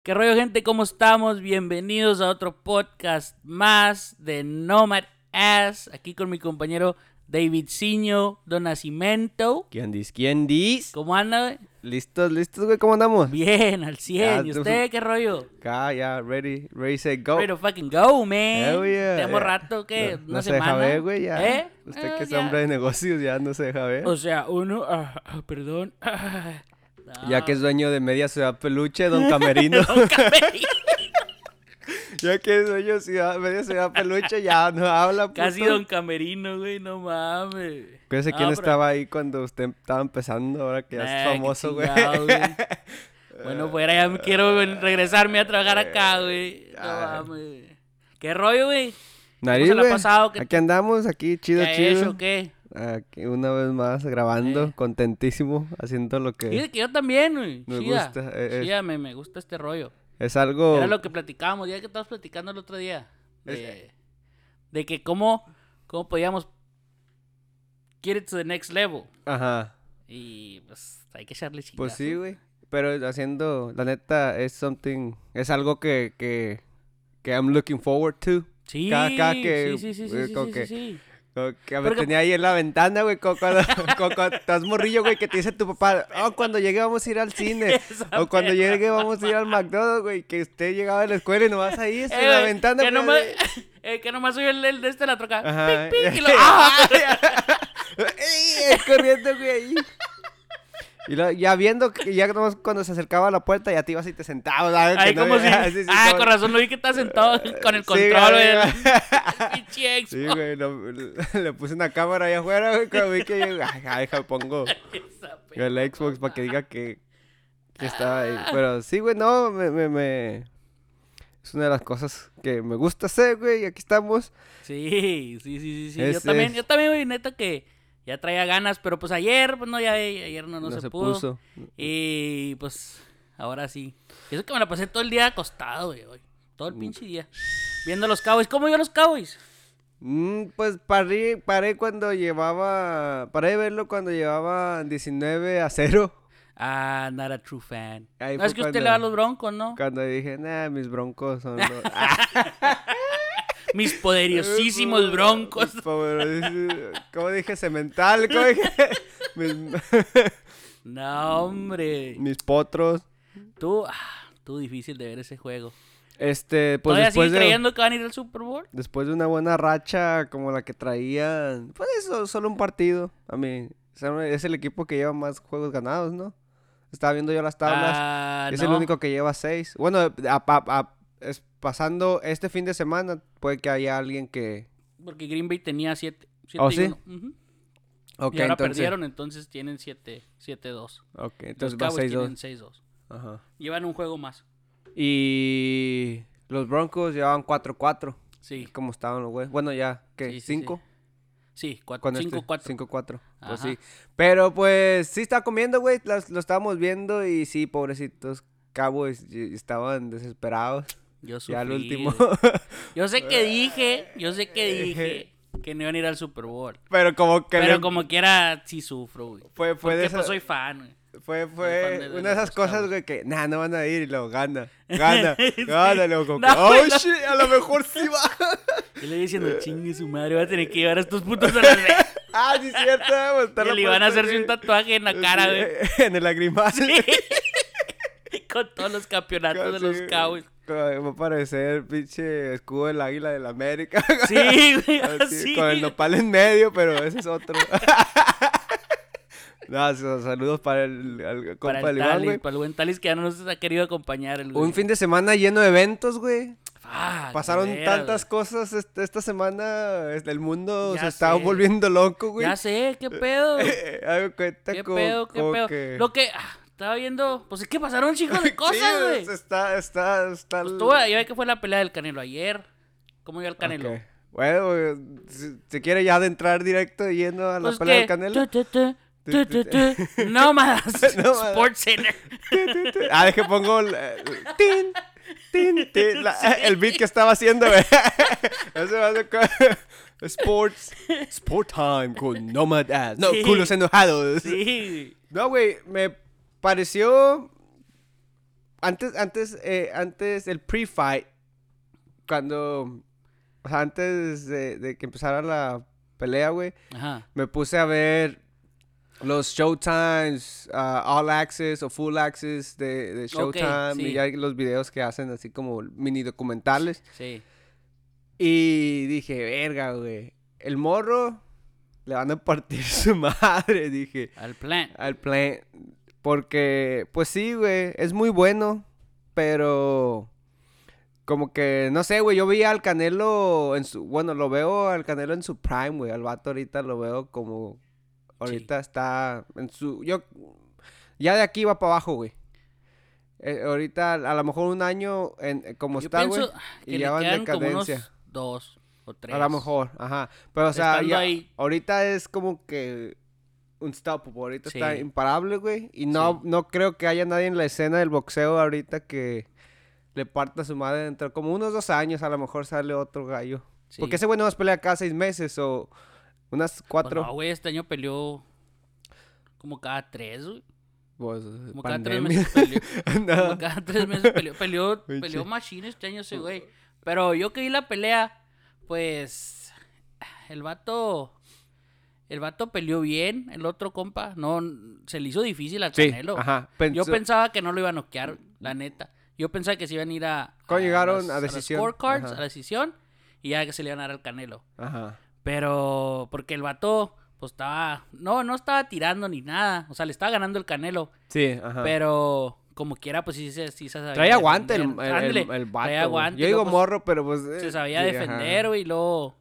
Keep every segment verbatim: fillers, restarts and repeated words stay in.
¿Qué rollo, gente? ¿Cómo estamos? Bienvenidos a otro podcast más de Nomad Ass. Aquí con mi compañero David Ciño, Don Nacimiento. ¿Quién dis? ¿Quién dis? ¿Cómo anda, güey? ¿Listos, listos, güey? ¿Cómo andamos? Bien, al cien. Ya, ¿Y tú- usted qué rollo? Acá, ya, ready, ready, set, go. Ready to fucking go, man. Hell yeah, Tenemos yeah. rato, ¿qué? No, ¿Una no se deja semana? ver, güey, ya. ¿Eh? Usted Eh, que es ya. hombre de negocios, ya no se deja ver. O sea, uno... ah, ah, perdón. Ah, Ya que es dueño de media ciudad peluche, don Camerino. Don Camerino. Ya que es dueño de ciudad, media ciudad peluche, ya no habla, puto. Casi Don Camerino, güey, no mames. Fíjese No, quién pero- estaba ahí cuando usted estaba empezando, ahora que ya Nah, es qué famoso, güey. chingado, güey. Bueno, fuera, ya me quiero regresarme a trabajar acá, Eh, güey. No ya. mames. ¿Qué rollo, güey? Nariz, se la ha güey. pasado? ¿Qué Aquí te- andamos, aquí, chido, ¿Qué ha chido. hecho, qué? Aquí una vez más grabando, Eh. contentísimo, haciendo lo que Fíjate que yo también, güey. nos Chida. gusta. eh, es, Chida, me, me gusta este rollo. es algo... Era lo que platicábamos, ya que estábamos platicando el otro día. Es- De, de que cómo, cómo podíamos get it to the next level. Ajá, Y pues hay que echarle chingazo. pues sí, güey. Pero haciendo, la neta, es something, es algo que, que, que I'm looking forward to. Sí, Cada- cada que, sí, sí, sí, eh, sí, como sí, que- sí, sí. Como que me Porque- tenía ahí en la ventana, güey, como cuando, como cuando estás morrillo, güey, que te dice tu papá, oh, cuando llegue vamos a ir al cine. Esa O cuando perra llegue vamos a ir al McDonald's, güey, que usted llegaba de la escuela y nomás ahí, Eh, en la güey, ventana, que güey. nomás, eh, que nomás soy el, el de este de la troca. Ajá. Pic, pic, y lo- ¡Ah! ¡Ey! Corriendo, güey, ahí. Y lo- ya viendo que ya nomás cuando se acercaba a la puerta ya te ibas y te sentabas. ¿sabes? Ay, Que no como si. veas, sí, sí, ah, como- con razón, lo vi que estás sentado con el Sí, control, güey. güey. el Pinche Xbox. Sí, güey, lo- le puse una cámara ahí afuera, güey, cuando vi que yo, ay, ay, deja, pongo Esa perra el Xbox para que diga que, que estaba ahí. Ah. Pero sí, güey, no, me, me, me... Es una de las cosas que me gusta hacer, güey, y aquí estamos. Sí, sí, sí, sí. sí. yo Es- también, es- yo también, güey, neta que ya traía ganas, pero pues ayer, pues no, ya ayer no, no, se, pudo. puso. Y pues ahora sí. Y eso que me la pasé todo el día acostado, güey, hoy. Todo el pinche día. Viendo los Cowboys. ¿Cómo yo los Cowboys? Mm, pues paré, paré cuando llevaba, paré de verlo cuando llevaba diecinueve a cero. Ah, not a true fan. Ahí No, fue es que usted cuando- le va a los Broncos, ¿no? Cuando dije, nah, mis broncos son los... Ah, Mis poderosísimos Broncos. Pobre- ¿Cómo dije? Cemental, ¿cómo dije? Mis, No, hombre. mis potros. Tú, ah, tú difícil de ver ese juego. Este, pues ¿Todavía después sigue de, creyendo que van a ir al Super Bowl? después de una buena racha como la que traían, pues eso, solo un partido. A mí, es el equipo que lleva más juegos ganados, ¿no? Estaba viendo yo las tablas. Ah, Es no. el único que lleva seis. Bueno, a- a- a- es pasando este fin de semana, puede que haya alguien que... Porque Green Bay tenía siete. ¿Oh, y sí? uno. Ujú. Ok, Y ahora entonces... perdieron, entonces tienen siete dos. Ok, Los entonces va Cowboys seis tienen dos. seis dos. Ajá. Llevan un juego más. Y los Broncos llevaban cuatro cuatro. Sí. Como estaban los güeyes. Bueno, ya, ¿qué? Sí, sí, ¿Cinco? Sí, Con cuatro, cinco cuatro. cinco cuatro. Pues Ajá. sí. Pero pues sí estaba comiendo, güey. Las- Lo estábamos viendo y sí, pobrecitos Cowboys y- estaban desesperados. Yo sufrí, Ya al último. güey. Yo sé que dije, yo sé que dije que no iban a ir al Super Bowl. Pero como que Pero le- como quiera, sí sufro, güey. fue, fue de Porque esa- pues soy fan, güey. Fue, fan fue de- de una de esas los cosas, Cowboys. güey, que, nah, no van a ir y luego gana, gana, gana, luego como que, No, oh, güey, no. shit, a lo mejor sí va. Y le diciendo, chingue su madre, va a tener que llevar a estos putos a la red. Ah, sí, es cierto, vamos a estar Y la le iban a puerta, hacerse un güey. tatuaje en la cara, güey. En el lagrimal. Con todos los campeonatos de Casi, los Cowboys. co- Va a parecer el pinche escudo del águila de la América. Sí, güey, Así, así. Con el nopal en medio, pero ese es otro. No, so- saludos para el, al compa Para del el Iván, Talis, güey. para el buen Talis que ya no nos ha querido acompañar el güey. Un fin de semana lleno de eventos, güey. Ah, Pasaron de veras, tantas cosas este- esta semana. este, El mundo Ya se estaba sé. volviendo loco, güey. güey. Ya sé, qué pedo. Hago cuenta ¿Qué como- pedo, qué como pedo? que- Lo que ah, estaba viendo, pues es que pasaron un chico de Sí, cosas, güey. es- está, está, está... Pues tú, ya ve que fue la pelea del Canelo ayer. ¿Cómo iba el Canelo? Ok. Bueno, güey, si, si quiere ya adentrar directo yendo a la Pues pelea que- del Canelo. tu, tu, tu, tu, tu, tu. No más. Nómadas. Sports Center. Ah, deje pongo el, el- tin, tin, tin, la- el beat que estaba haciendo, güey. Eso va a ser co- Sports. Sport time con Nomad Ass. No, Sí. culos enojados. Sí. No, güey, me pareció Antes, antes, eh, antes el pre-fight, cuando, o sea, antes de, de que empezara la pelea, güey, Ajá. me puse a ver los Showtimes, uh, All Access o Full Access de, de Showtime, sí. y ya los videos que hacen así como mini documentales. Sí. Y dije, verga, güey, el morro le van a partir su madre, dije. Al plan. Al plan. Porque, pues sí, güey, es muy bueno, pero como que, no sé, güey, yo vi al Canelo en su, bueno, lo veo al Canelo en su prime, güey, al vato ahorita lo veo como, ahorita sí. Está en su, yo, ya de aquí va para abajo, güey. Eh, ahorita, a lo mejor un año, en, como yo está, güey, y ya va en decadencia. Como unos dos o tres. A lo mejor, ajá. Pero, o sea, ya, ahí... ahorita es como que unstoppable, ahorita sí. Está imparable, güey. Y no, sí. no creo que haya nadie en la escena del boxeo ahorita que le parta a su madre dentro. Como unos dos años a lo mejor sale otro gallo. Sí. Porque ese güey no más pelea cada seis meses o unas cuatro. Pues no, güey, este año peleó como cada tres, güey. Pues, como cada tres meses peleó. no. Como cada tres meses peleó. Peleó, peleó machine este año ese güey. Pero yo que vi la pelea, pues el vato... El vato peleó bien, el otro compa, no, se le hizo difícil al Canelo. Sí, ajá. Pensó... Yo pensaba que no lo iban a noquear, la neta. Yo pensaba que se iban a ir a... ¿Cómo llegaron las, a decisión? A las scorecards, ajá. a la decisión, y ya que se le iban a dar al Canelo. Ajá. Pero, porque el vato, pues estaba... No, no estaba tirando ni nada, o sea, le estaba ganando el Canelo. Sí, ajá. Pero... Como quiera, pues sí, sí, sí se sabía traía aguante el, el, Ándale, el, el vato. Traía aguante. Yo digo pues, morro, pero pues... Eh, se sabía sí, defender, güey, y luego...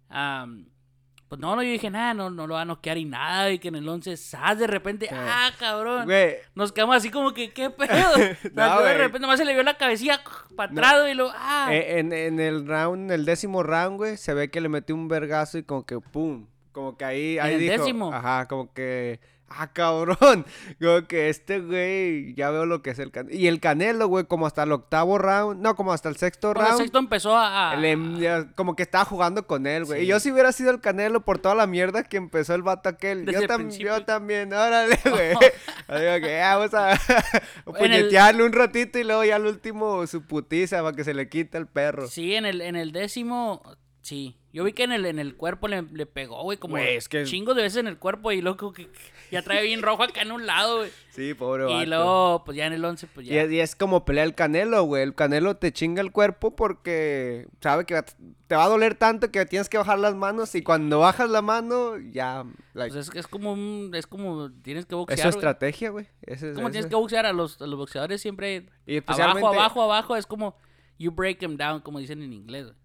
Um, pues no, no, yo dije, nada, no, no lo va a noquear y nada, y que en el once, ¡zas! De repente, sí. ¡ah, cabrón! Güey. Nos quedamos así como que, ¿qué pedo? no, de repente nomás se le vio la cabecilla para atrás, no. y lo, ¡ah! En, en el round, en el décimo round, güey, se ve que le metió un vergazo y como que, ¡pum! Como que ahí, ahí ¿En el dijo... décimo? Ajá, como que... ¡Ah, cabrón! Como que este güey, ya veo lo que es el Canelo. Y el Canelo, güey, como hasta el octavo round, no, como hasta el sexto Cuando round. el sexto empezó a... Le, ya, como que estaba jugando con él, güey. Sí. Y yo si hubiera sido el Canelo por toda la mierda que empezó el vato aquel. Yo, tam, yo también, órale, güey. Digo que ya vamos a, a puñetearle el... un ratito y luego ya al último su putiza para que se le quite el perro. Sí, en el, en el décimo... Sí, yo vi que en el, en el cuerpo le, le pegó, güey, como wey, es que... chingos de veces en el cuerpo y loco que ya trae bien rojo acá en un lado, güey. Sí, pobre vato. Y luego, pues ya en el once, pues ya. Y es, y es como pelea el Canelo, güey. El Canelo te chinga el cuerpo porque sabe que te va a doler tanto que tienes que bajar las manos y cuando bajas la mano, ya... Like... Pues es, es como un, es como, tienes que boxear, Es su estrategia, güey. Es, es como es, tienes es... que boxear a los, a los boxeadores siempre y especialmente... abajo, abajo, abajo, es como... You break them down, como dicen en inglés. Wey.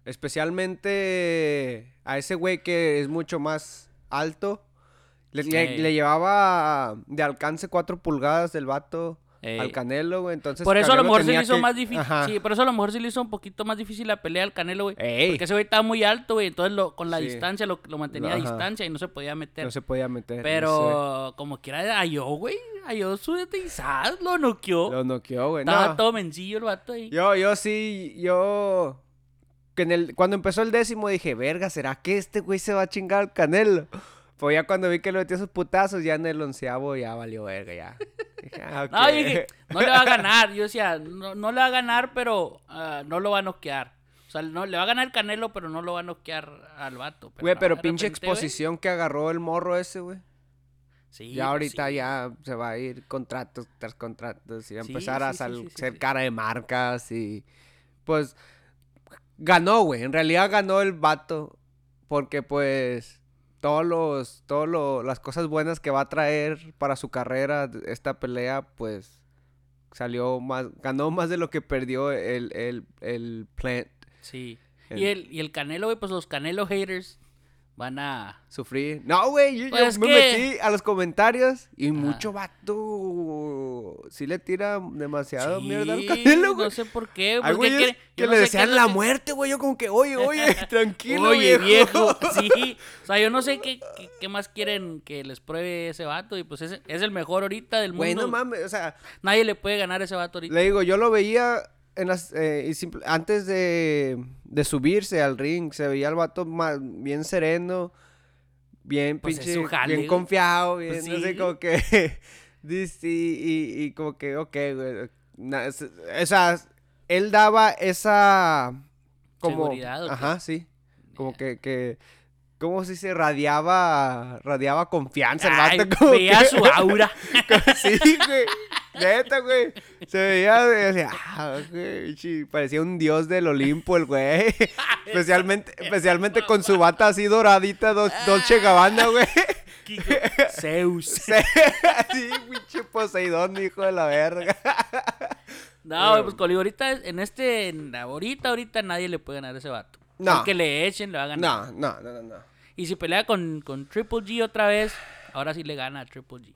Especialmente a ese güey que es mucho más alto. Le, le, le llevaba de alcance cuatro pulgadas del vato Ey. Al Canelo, güey. Entonces, por eso Canelo a lo mejor se le hizo que... más difícil. Ajá. Sí, por eso a lo mejor se le hizo un poquito más difícil la pelea al Canelo, güey. Porque ese güey estaba muy alto, güey. Entonces lo, con la sí. distancia lo, lo mantenía Ajá. a distancia y no se podía meter. No se podía meter. Pero no como quiera, halló, güey. Halló su deteizad, lo noqueó. Lo noqueó, güey. Estaba no. todo mencillo el vato ahí. Yo, yo sí, yo... Que en el, cuando empezó el décimo dije, verga, ¿será que este güey se va a chingar al Canelo? Pues ya cuando vi que le metió sus putazos, ya en el onceavo ya valió verga, ya. Dije, ah, okay. No, yo dije, no le va a ganar. Yo decía, no, no le va a ganar, pero uh, no lo va a noquear. O sea, no, le va a ganar el Canelo, pero no lo va a noquear al vato. Güey, pero, pero pinche repente, exposición wey. Que agarró el morro ese, güey. Sí, ya ahorita sí. ya se va a ir contratos tras contratos y va a empezar sí, a sí, sal- sí, sí, ser sí. cara de marcas y... Pues... Ganó, güey. En realidad ganó el vato. Porque, pues... Todos los... Todas lo, las cosas buenas que va a traer para su carrera esta pelea, pues... Salió más... Ganó más de lo que perdió el, el, el Plant. Sí. El, y, el, y el Canelo, güey, pues los Canelo haters van a... Sufrir. No, güey, yo, pues yo me que... metí a los comentarios y Ajá. mucho vato sí le tira demasiado sí, mierda al Canelo, güey. No sé por qué. Hay güeyes que, que no le sé desean qué la que... muerte, güey. Yo como que, oye, oye, tranquilo, oye, viejo. viejo. Sí. O sea, yo no sé qué, qué, qué más quieren que les pruebe ese vato. Y pues es, es el mejor ahorita del mundo. Güey, no mames, o sea... Nadie le puede ganar a ese vato ahorita. Le digo, yo lo veía... En las, eh, y simple, antes de, de subirse al ring, se veía el vato más, bien sereno, bien pues pinche, jale, bien confiado, bien, pues no sí. sé, como que, y, y, y como que, ok, güey, na- es- o sea, él daba esa... Como... ¿Seguridad o qué? Ajá, sí. Como Yeah. que... que ¿cómo se dice? Radiaba... Radiaba confianza el Ay, vato. Como veía que- su aura. Sí, güey. Neta, güey. Se veía, güey, así, ah, güey, chi, parecía un dios del Olimpo el güey. Especialmente, especialmente con su bata así doradita, do- Dolce Gabbana, güey. Kiko. Zeus. Sí, sí, pinche Poseidón, hijo de la verga. No, güey, pues Coli, ahorita, en este, en- ahorita, ahorita nadie le puede ganar a ese vato. No. Al que le echen, le va a ganar. No, no, no, no, no. Y si pelea con, con Triple G otra vez, ahora sí le gana a Triple G.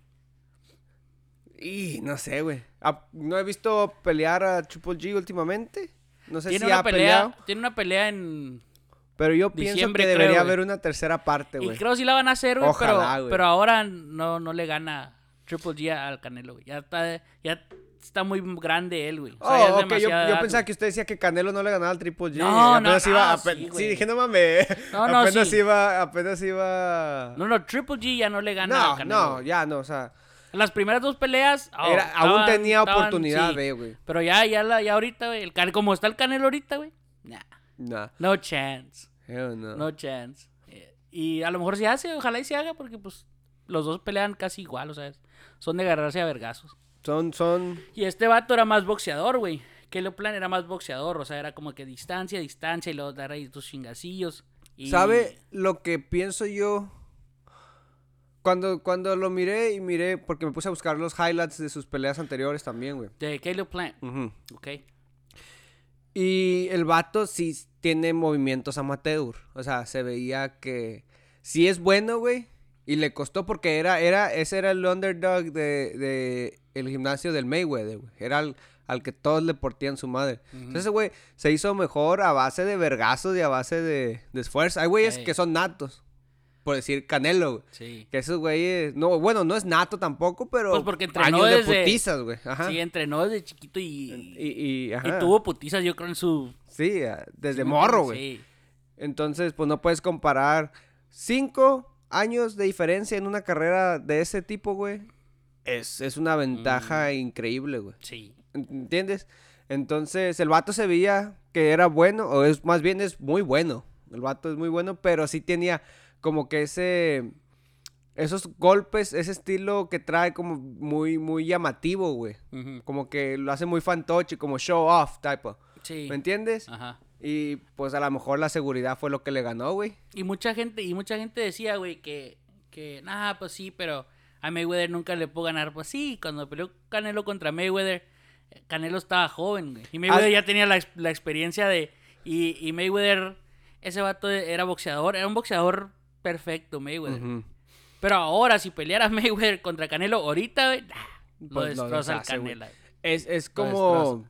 Y no sé, güey. Ah, no he visto pelear a Triple G últimamente. No sé Tiene si una ha pelea, peleado. tiene una pelea en... Pero yo pienso diciembre, que creo, debería güey. haber una tercera parte, Y güey. creo que sí la van a hacer, güey, pero, Ojalá, güey. pero ahora no, no le gana Triple G al Canelo, güey. Ya está, ya está muy grande él, güey. O sea, ya es Oh, ok, yo, demasiada yo edad, pensaba güey. que usted decía que Canelo no le ganaba al Triple G. No, apenas no, iba, no, ape- sí, sí, güey. dije, no mames. No, no, apenas sí. iba, apenas iba... No, no, Triple G ya no le gana No, al Canelo. no, güey. ya no, o sea... Las primeras dos peleas... oh, Era- aún estaban- tenía estaban- oportunidad sí. de, güey. Pero ya, ya, la, ya ahorita, güey, el Can- como está el Canelo ahorita, güey. Nah, Nah, no chance. hell no. No chance. Eh, Y a lo mejor se hace, ojalá y se haga, porque pues los dos pelean casi igual, o sea, son de agarrarse a vergazos. Son, son... Y este vato era más boxeador, güey. Caleb Plant era más boxeador, o sea, era como que distancia, distancia y luego dar ahí tus chingacillos. Y... ¿Sabe lo que pienso yo? Cuando, cuando lo miré y miré, porque me puse a buscar los highlights de sus peleas anteriores también, güey. De Caleb Plant, Ujú. ok. Y el vato sí tiene movimientos amateur. O sea, se veía que sí es bueno, güey. Y le costó porque era, era, ese era el underdog de, de el gimnasio del Mayweather, güey. Era al, al que todos le portían su madre. Ujú. Entonces, ese güey se hizo mejor a base de vergazos y a base de, de esfuerzo. Hay güeyes Ey. que son natos. Por decir Canelo, güey. Sí. Que esos güeyes... No, bueno, no es nato tampoco, pero... Pues porque entrenó años de desde- putizas, güey. Ajá. Sí, entrenó desde chiquito y, Y, y, ajá. y tuvo putizas, yo creo, en su... Sí, ah, desde ¿sí me morro, entiendes? güey. Sí. Entonces, pues no puedes comparar cinco años de diferencia en una carrera de ese tipo, güey. Es, es una ventaja increíble, güey. Sí. ¿Entiendes? Entonces, el vato se veía que era bueno, o es más bien es muy bueno. El vato es muy bueno, pero sí tenía como que ese... Esos golpes, ese estilo que trae como muy, muy llamativo, güey. Ujú. Como que lo hace muy fantoche, como show off type. of- Sí. ¿Me entiendes? Ajá. Y pues a lo mejor la seguridad fue lo que le ganó, güey. Y mucha gente, y mucha gente decía, güey, que, que, nah, pues sí, pero a Mayweather nunca le puedo ganar. Pues sí, cuando peleó Canelo contra Mayweather, Canelo estaba joven, güey. Y Mayweather Ah. ya tenía la, ex- la experiencia de, y, y Mayweather, ese vato era boxeador, era un boxeador perfecto, Mayweather. Ujú. Pero ahora, si peleara Mayweather contra Canelo ahorita, güey, nah, lo Pues lo destroza el deshace, güey. Canelo. Es, es Lo como...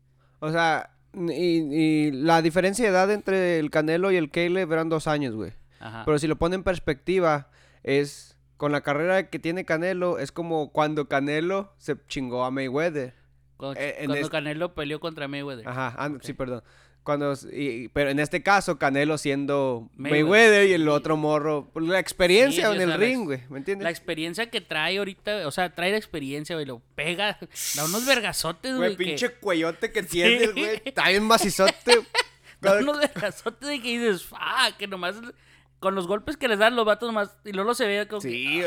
O sea, y, y la diferencia de edad entre el Canelo y el Caleb eran dos años, güey. Ajá. Pero si lo pone en perspectiva, es... Con la carrera que tiene Canelo, es como cuando Canelo se chingó a Mayweather. Cuando, eh, en cuando este- Canelo peleó contra Mayweather. Ajá, ah, Ok. sí, perdón. Cuando, y- pero en este caso, Canelo siendo Mayweather, Mayweather, y el sí. otro morro, por la experiencia Sí, en o el sea, la ring, ex- güey, ¿me entiendes? La experiencia que trae ahorita, o sea, trae la experiencia, güey, lo pega, da unos vergazotes, Güey, güey. que- pinche cuellote que tienes, güey, está bien macizote. Da unos vergazotes de que dices, ah, que nomás con los golpes que les dan los vatos nomás, y luego se ve como que- Sí,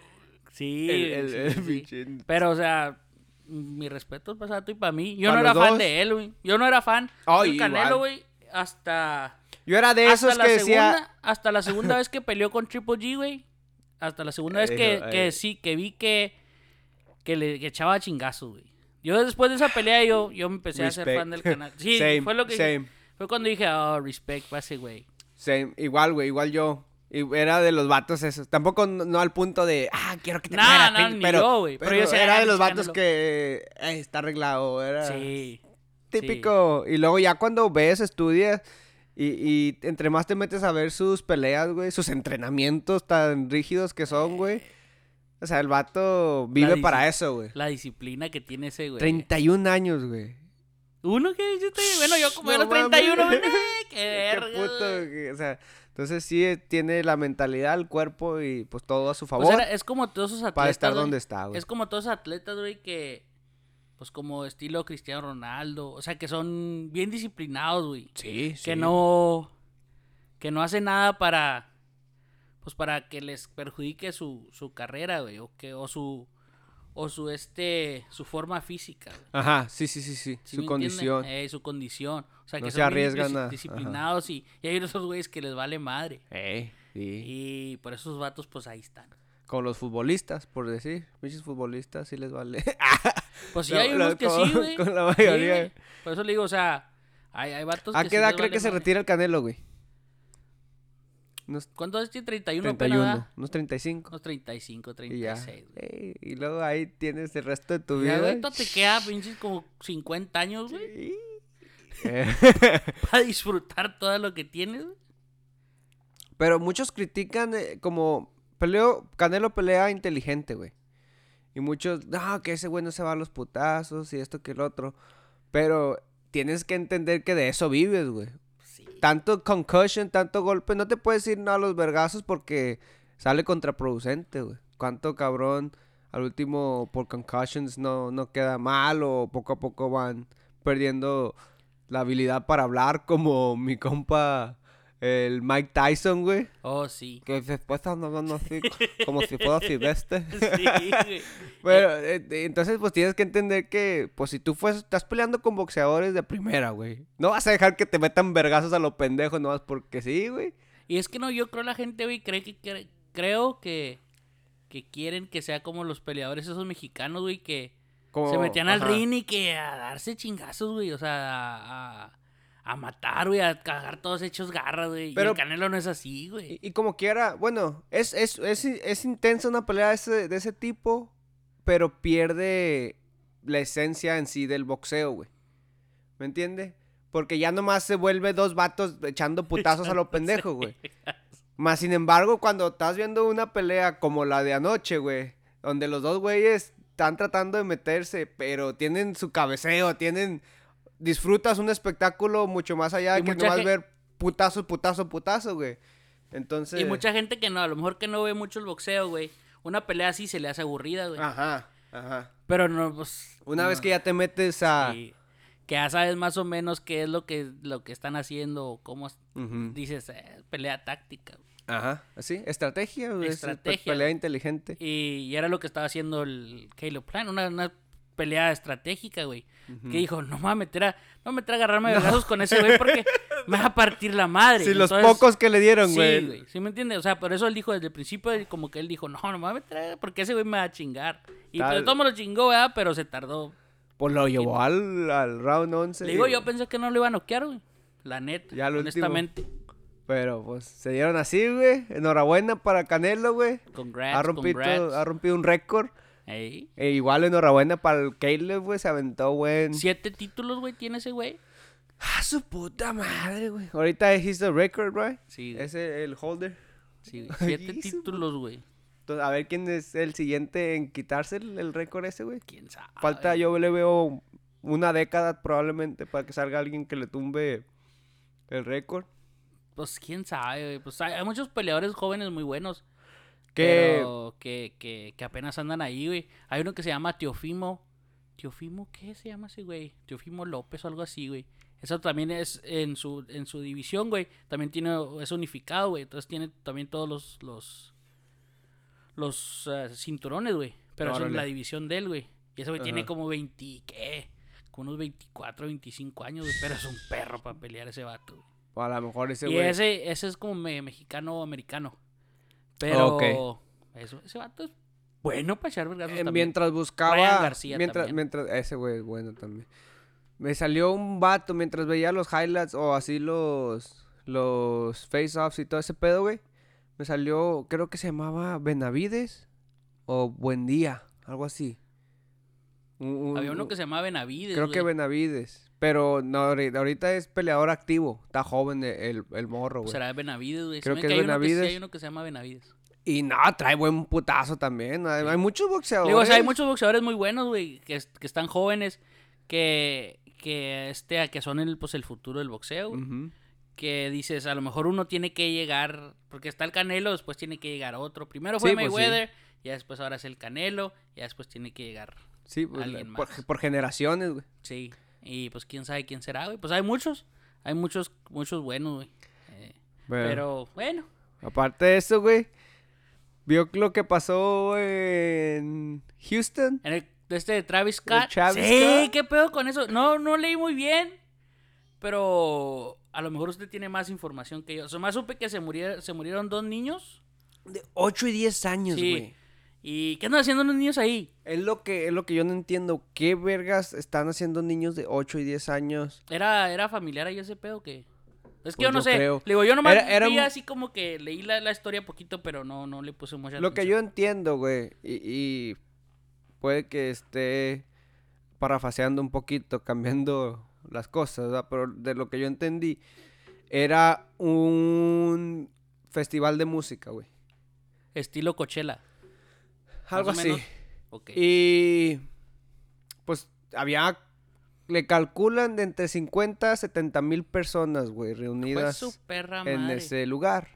sí, el, el, sí, el sí. pinche- Pero, o sea, mi respeto para Sato y para mí. Yo ¿Pa no los era fan dos? de él, güey. Yo no era fan Ay, del Canelo, igual. güey, hasta... Yo era de hasta esos la que decía... segunda, hasta la segunda vez que peleó con Triple G, güey. Hasta la segunda vez que, Eso, que eh. sí, que vi que, que le que echaba chingazos, güey. Yo después de esa pelea, yo, yo me empecé a ser Respect. fan del canal. Sí, Same, fue lo que same. fue cuando dije, oh, respect para ese güey. Same, igual, güey, igual yo. Y era de los vatos esos. Tampoco no, no al punto de, ah, quiero que te No, mueras, no, pinche", ni pero, yo, güey. Pero, Pero yo decía, era "Ah, de los pinche vatos Canelo". que "Ey, está arreglado, era Sí. típico. Y luego ya cuando ves, estudias y, y entre más te metes a ver sus peleas, güey, sus entrenamientos tan rígidos que son, güey. O sea, el vato vive disci- para eso, güey. La disciplina que tiene ese güey. treinta y un años, güey. Uno que yo estoy, bueno, yo como No a los treinta y uno, mames. güey, qué Qué verga. puto, güey. que- o sea, entonces sí eh, tiene la mentalidad, el cuerpo y pues todo a su Pues favor era- es como todos esos atletas, para estar güey. donde está, güey. Es como todos esos atletas, güey, que pues como estilo Cristiano Ronaldo, o sea, que son bien disciplinados, güey. Sí, sí. Que no, que no hacen nada para, pues para que les perjudique su, su carrera, güey, o que, o su, o su este, su forma física, güey. Ajá, sí, sí, sí, sí, ¿Sí su me condición. entiende? Eh, su condición. O sea, No que se son bien arriesgan dis- a- disciplinados y, y hay esos güeyes que les vale madre. Eh, sí. Y por esos vatos, pues ahí están. Con los futbolistas, por decir. Muchos futbolistas sí les vale. Pues sí, No, hay unos no, que con- sí, güey. con la Sí, mayoría. güey. Por eso le digo, o sea, hay, hay vatos ¿A que qué sí edad les cree vale que se madre. retira el Canelo, güey? Unos ¿Cuántos años tiene? treinta y uno treinta y apenas, uno, ¿verdad? unos treinta y cinco. Unos treinta y cinco, Y ya. treinta y seis, güey. Ey, y luego ahí tienes el resto de tu Ya, vida. güey, te queda pinches como cincuenta años, güey. Sí. Eh, Para disfrutar todo lo que tienes, güey. Pero muchos critican eh, como peleo, Canelo pelea inteligente, güey. Y muchos, no, que ese güey no se va a los putazos y esto que el otro. Pero tienes que entender que de eso vives, güey. Sí. Tanto concussion, tanto golpe, no te puedes ir no, a los vergazos porque sale contraproducente, güey. Cuánto cabrón al último por concussions no, no queda mal o poco a poco van perdiendo la habilidad para hablar como mi compa el Mike Tyson, güey. Oh, sí. Que después anda hablando así como si fuera silvestre. Sí, güey. Pero eh, eh, entonces pues tienes que entender que pues si tú fues, estás peleando con boxeadores de primera, güey. No vas a dejar que te metan vergazos a los pendejos nomás porque sí, güey. Y es que no, yo creo la gente, güey, cree que, cre- creo que, que quieren que sea como los peleadores esos mexicanos, güey, que Como- se metían al ajá. ring y que a darse chingazos, güey, o sea, a, a, a matar, güey, a cagar todos hechos garras, güey. Pero- Y el Canelo no es así, güey. Y, y como quiera, bueno, es, es, es, es intensa una pelea de ese, de ese tipo, pero pierde la esencia en sí del boxeo, güey. ¿Me entiendes? Porque ya nomás se vuelve dos vatos echando putazos a lo pendejo, güey. Más sin embargo, cuando estás viendo una pelea como la de anoche, güey, donde los dos güeyes están tratando de meterse, pero tienen su cabeceo, tienen... Disfrutas un espectáculo mucho más allá de Y que mucha nomás gen- ver putazo, putazo, putazo, güey. Entonces... Y mucha gente que no, a lo mejor que no ve mucho el boxeo, güey, una pelea así se le hace aburrida, güey. Ajá, ajá. Pero no, pues... Una no, vez que ya te metes a... sí, que ya sabes más o menos qué es lo que, lo que están haciendo, o cómo es- Ujú. dices, eh, pelea táctica, güey. Ajá, así, estrategia, güey. es Estrategia, Pelea güey. inteligente. Y, y era lo que estaba haciendo el Caleb Plant, una, una pelea estratégica, güey. Ujú. Que dijo, no me voy a meter a, no me voy a meter a agarrarme de brazos con ese güey porque me va a partir la madre. Sí, los Entonces, pocos que le dieron, sí, güey. güey. ¿Sí me entiendes? O sea, por eso él dijo desde el principio, como que él dijo, no, no me voy a meter a- porque ese güey me va a chingar. Y Tal- pues todo me lo chingó, ¿verdad? Pero se tardó. Pues lo llevó al, al round once. Le digo, y- yo pensé que no lo iba a noquear, güey. La neta, Ya al último. honestamente. Pero pues se dieron así, güey. Enhorabuena para Canelo, güey. Congrats, Ha rompido, congrats. ha rompido un récord. Ey. E igual enhorabuena para el Caleb, güey. Se aventó buen... Siete títulos, güey, tiene ese güey. ¡Ah, su puta madre, güey! Ahorita he's the record, right? Sí, güey. Es el, el holder. Sí, güey. Siete Ay, su títulos, güey. Entonces, a ver quién es el siguiente en quitarse el, el récord ese, güey. ¿Quién sabe? Falta, yo le veo una década probablemente para que salga alguien que le tumbe el récord. Pues quién sabe, güey. Pues hay, hay muchos peleadores jóvenes muy buenos. Que Pero que, que, que apenas andan ahí, güey. Hay uno que se llama Teofimo. ¿Teofimo qué se llama ese güey? Teofimo López o algo así, güey. Eso también es en su, en su división, güey. También tiene, es unificado, güey. Entonces tiene también todos los, los, los eh, cinturones, güey. Pero eso es Órale. la división de él, güey. Y ese güey tiene Ajá. como veinte, ¿qué? Como unos veinticuatro, veinticinco años, güey. Pero es un perro para pelear ese vato, güey. o a lo mejor ese Y güey... ese, ese es como me- mexicano-americano. Pero Ok. eso, ese vato es bueno para echar vergazos Eh, también. mientras buscaba... Ryan García mientras, también. mientras, ese güey es bueno también. Me salió un vato mientras veía los highlights o así los... Los face-offs y todo ese pedo, güey. Me salió, creo que se llamaba Benavides o Buendía, algo así. Un- un- Había uno que se llamaba Benavides, Creo que güey. Benavides. Pero no, ahorita ahorita es peleador activo. Está joven el, el, el morro, Pues güey. será Benavides, güey. Creo Se me que hace es hay uno que sí, Benavides. hay uno que se llama Benavides. Y no, trae buen putazo también. Hay, hay muchos boxeadores. Digo, o sea, hay muchos boxeadores muy buenos, güey, que, es- que están jóvenes, que, que, este, que son el, pues, el futuro del boxeo, güey. Ujú. Que dices, a lo mejor uno tiene que llegar, porque está el Canelo, después tiene que llegar otro. Primero fue Sí, pues, Mayweather, ya después ahora es el Canelo, ya después tiene que llegar Sí, pues, alguien por, más. por generaciones, güey. Sí, y pues quién sabe quién será, güey. Pues hay muchos, hay muchos, muchos buenos, güey. Eh, Bueno, pero, bueno. aparte de eso, güey, ¿vio lo que pasó en Houston? En el, este de Travis Scott. Travis Sí, Scott? ¿qué pedo con eso? No, no leí muy bien, pero a lo mejor usted tiene más información que yo. O sea, más supe que se murieron, se murieron dos niños. De ocho y diez años, Sí. güey. ¿Y qué andan haciendo los niños ahí? Es lo que es lo que yo no entiendo. ¿Qué vergas están haciendo niños de ocho y diez años? ¿Era, era familiar ahí ese pedo que? Es que Pues yo no yo sé. creo. Le digo, yo nomás Era- era vi un- así como que leí la, la historia poquito, pero no, no le puse mucha Lo que yo atención. entiendo, güey, y, y puede que esté parafaseando un poquito, cambiando las cosas, ¿verdad? Pero de lo que yo entendí, era un festival de música, güey. Estilo Coachella. Algo Más o así. menos. Ok. Y pues había, le calculan de entre cincuenta a setenta mil personas, güey, Fue reunidas su perra en madre. ese lugar.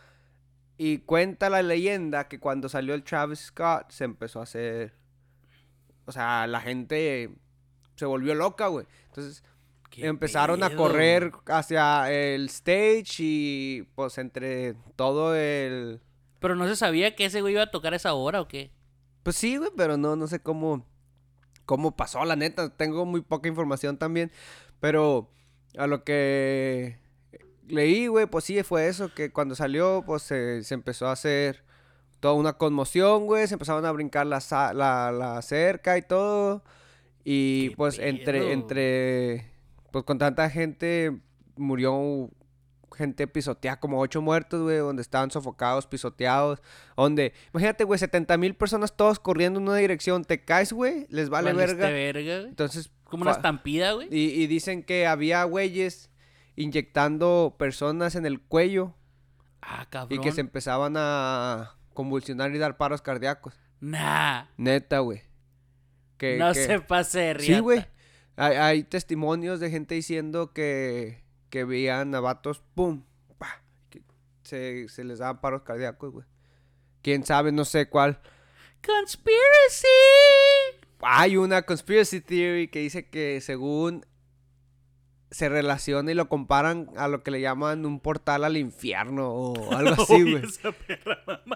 Y cuenta la leyenda que cuando salió el Travis Scott se empezó a hacer, o sea, la gente se volvió loca, güey. Entonces ¿Qué empezaron a pedo? correr hacia el stage y pues entre todo el... Pero no se sabía que ese güey iba a tocar a esa hora o qué. Pues sí, güey, pero no, no sé cómo, cómo pasó, la neta. Tengo muy poca información también. Pero a lo que leí, güey, pues sí, fue eso, que cuando salió, pues se, se empezó a hacer toda una conmoción, güey. Se empezaron a brincar la, sa- la, la cerca y todo. Y ¿Qué pues entre, pedo? entre, pues con tanta gente murió gente pisoteada, como ocho muertos, güey, donde estaban sofocados, pisoteados, donde, imagínate, güey, setenta mil personas todos corriendo en una dirección, te caes, güey, les vale Valiste verga. verga, güey. Entonces, Como una fa- estampida, güey. y, y dicen que había güeyes inyectando personas en el cuello Ah, y cabrón. que se empezaban a convulsionar y dar paros cardíacos. Nah. Neta, güey. Que, no que- se pase de riata. Sí, güey. Hay, hay testimonios de gente diciendo que, que veían a vatos, pum, pa, que se, se les daban paros cardíacos, güey. Quién sabe, no sé cuál. Conspiracy. Hay una conspiracy theory que dice que según se relaciona y lo comparan a lo que le llaman un portal al infierno o algo así, Oye, güey. esa perra mamá.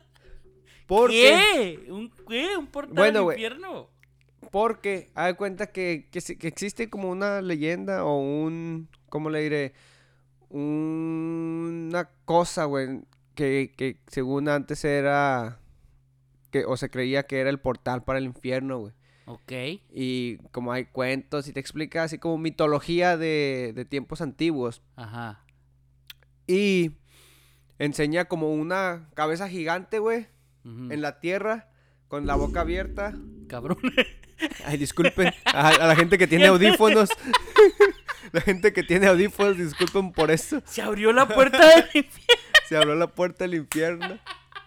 Porque, ¿Qué? ¿Un qué? ¿Un portal Bueno, al güey. infierno? porque, haz de cuenta que, que, se- que existe como una leyenda o un, ¿cómo le diré? Una cosa, güey, que, que según antes era, que, o se creía que era el portal para el infierno, güey. Ok. Y como hay cuentos y te explica así como mitología de, de tiempos antiguos. Ajá. Y enseña como una cabeza gigante, güey, Ujú. en la tierra, con la boca abierta. Cabrón. Ay, disculpen a, a la gente que tiene audífonos. La gente que tiene audífonos, disculpen por eso. Se abrió la puerta del infierno. Se abrió la puerta del infierno.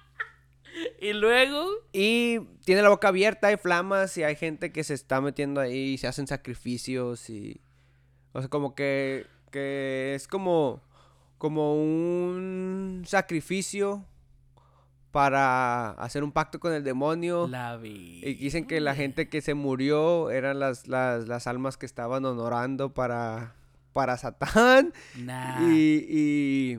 Y luego. Y tiene la boca abierta, hay flamas y hay gente que se está metiendo ahí y se hacen sacrificios y... O sea, como que, que es como, como un sacrificio para hacer un pacto con el demonio. La vi. Y dicen que la gente que se murió eran las, las, las almas que estaban honorando para, para Satán. Nah. Y, y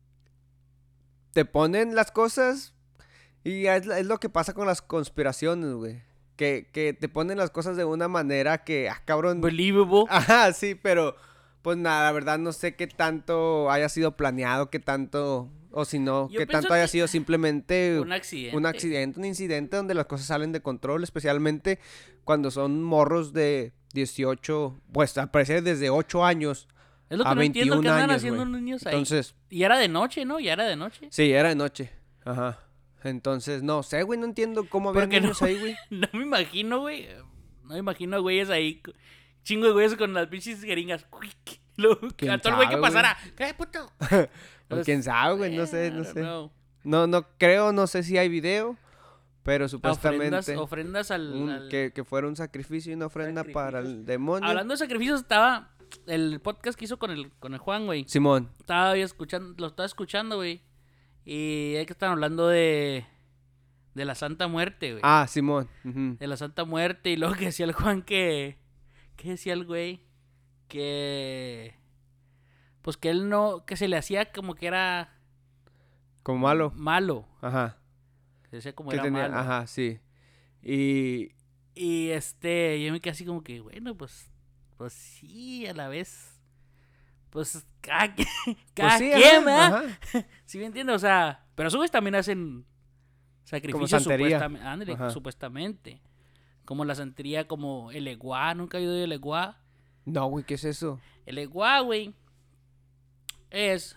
te ponen las cosas y es, es lo que pasa con las conspiraciones, güey. Que, que te ponen las cosas de una manera que, ah, cabrón. Believable. Ajá, sí, pero pues nada, la verdad no sé qué tanto haya sido planeado, qué tanto, o si no, Yo qué pienso tanto haya que- sido simplemente Un accidente. un accidente, un incidente donde las cosas salen de control, especialmente cuando son morros de dieciocho, pues al parecer desde ocho años Es lo que a no entiendo veintiún que andan años, haciendo güey. unos niños ahí. Entonces, Y era de noche, ¿no? Ya era de noche. sí, era de noche. Ajá. Entonces, no sé, güey, no entiendo cómo había Porque no, niños ahí, güey. no me imagino, güey. No me imagino a güeyes ahí. co- Chingo de güeyes con las pinches jeringas. Luego, ¿Quién a todo el güey que sabe, güey? pasara. ¿Qué puto? O quién sabe, güey, no sé, Eh, I no don't sé. know. No, no creo, no sé si hay video, pero Ofrendas, supuestamente ofrendas al. un- al- que, que fuera un sacrificio y una ofrenda para el Sacrificios. demonio. Hablando de sacrificios, estaba. El podcast que hizo con el, con el Juan, güey. Simón, Estaba yo escuchando, lo estaba escuchando, güey. Y hay que estar hablando de. De la Santa Muerte, güey. Ah, Simón. Uh-huh. De la Santa Muerte. Y luego que decía el Juan que... ¿Qué decía el güey? Que... Pues que él no... Que se le hacía como que era... Como malo. Malo. Ajá. Que decía como Que era tenía, malo. ajá, sí. Y... Y este... Yo me quedé así como que... Bueno, pues... Pues sí, a la vez... Pues cada, cada pues sí, quien, ajá, ¿verdad? ajá. ¿Sí me entiendes? O sea... Pero esos güeyes también hacen... Sacrificios supuestamente. Ándale, supuestamente. Como la santería, como el eguá. ¿Nunca he oído del eguá? No, güey, ¿qué es eso? El eguá, güey, es...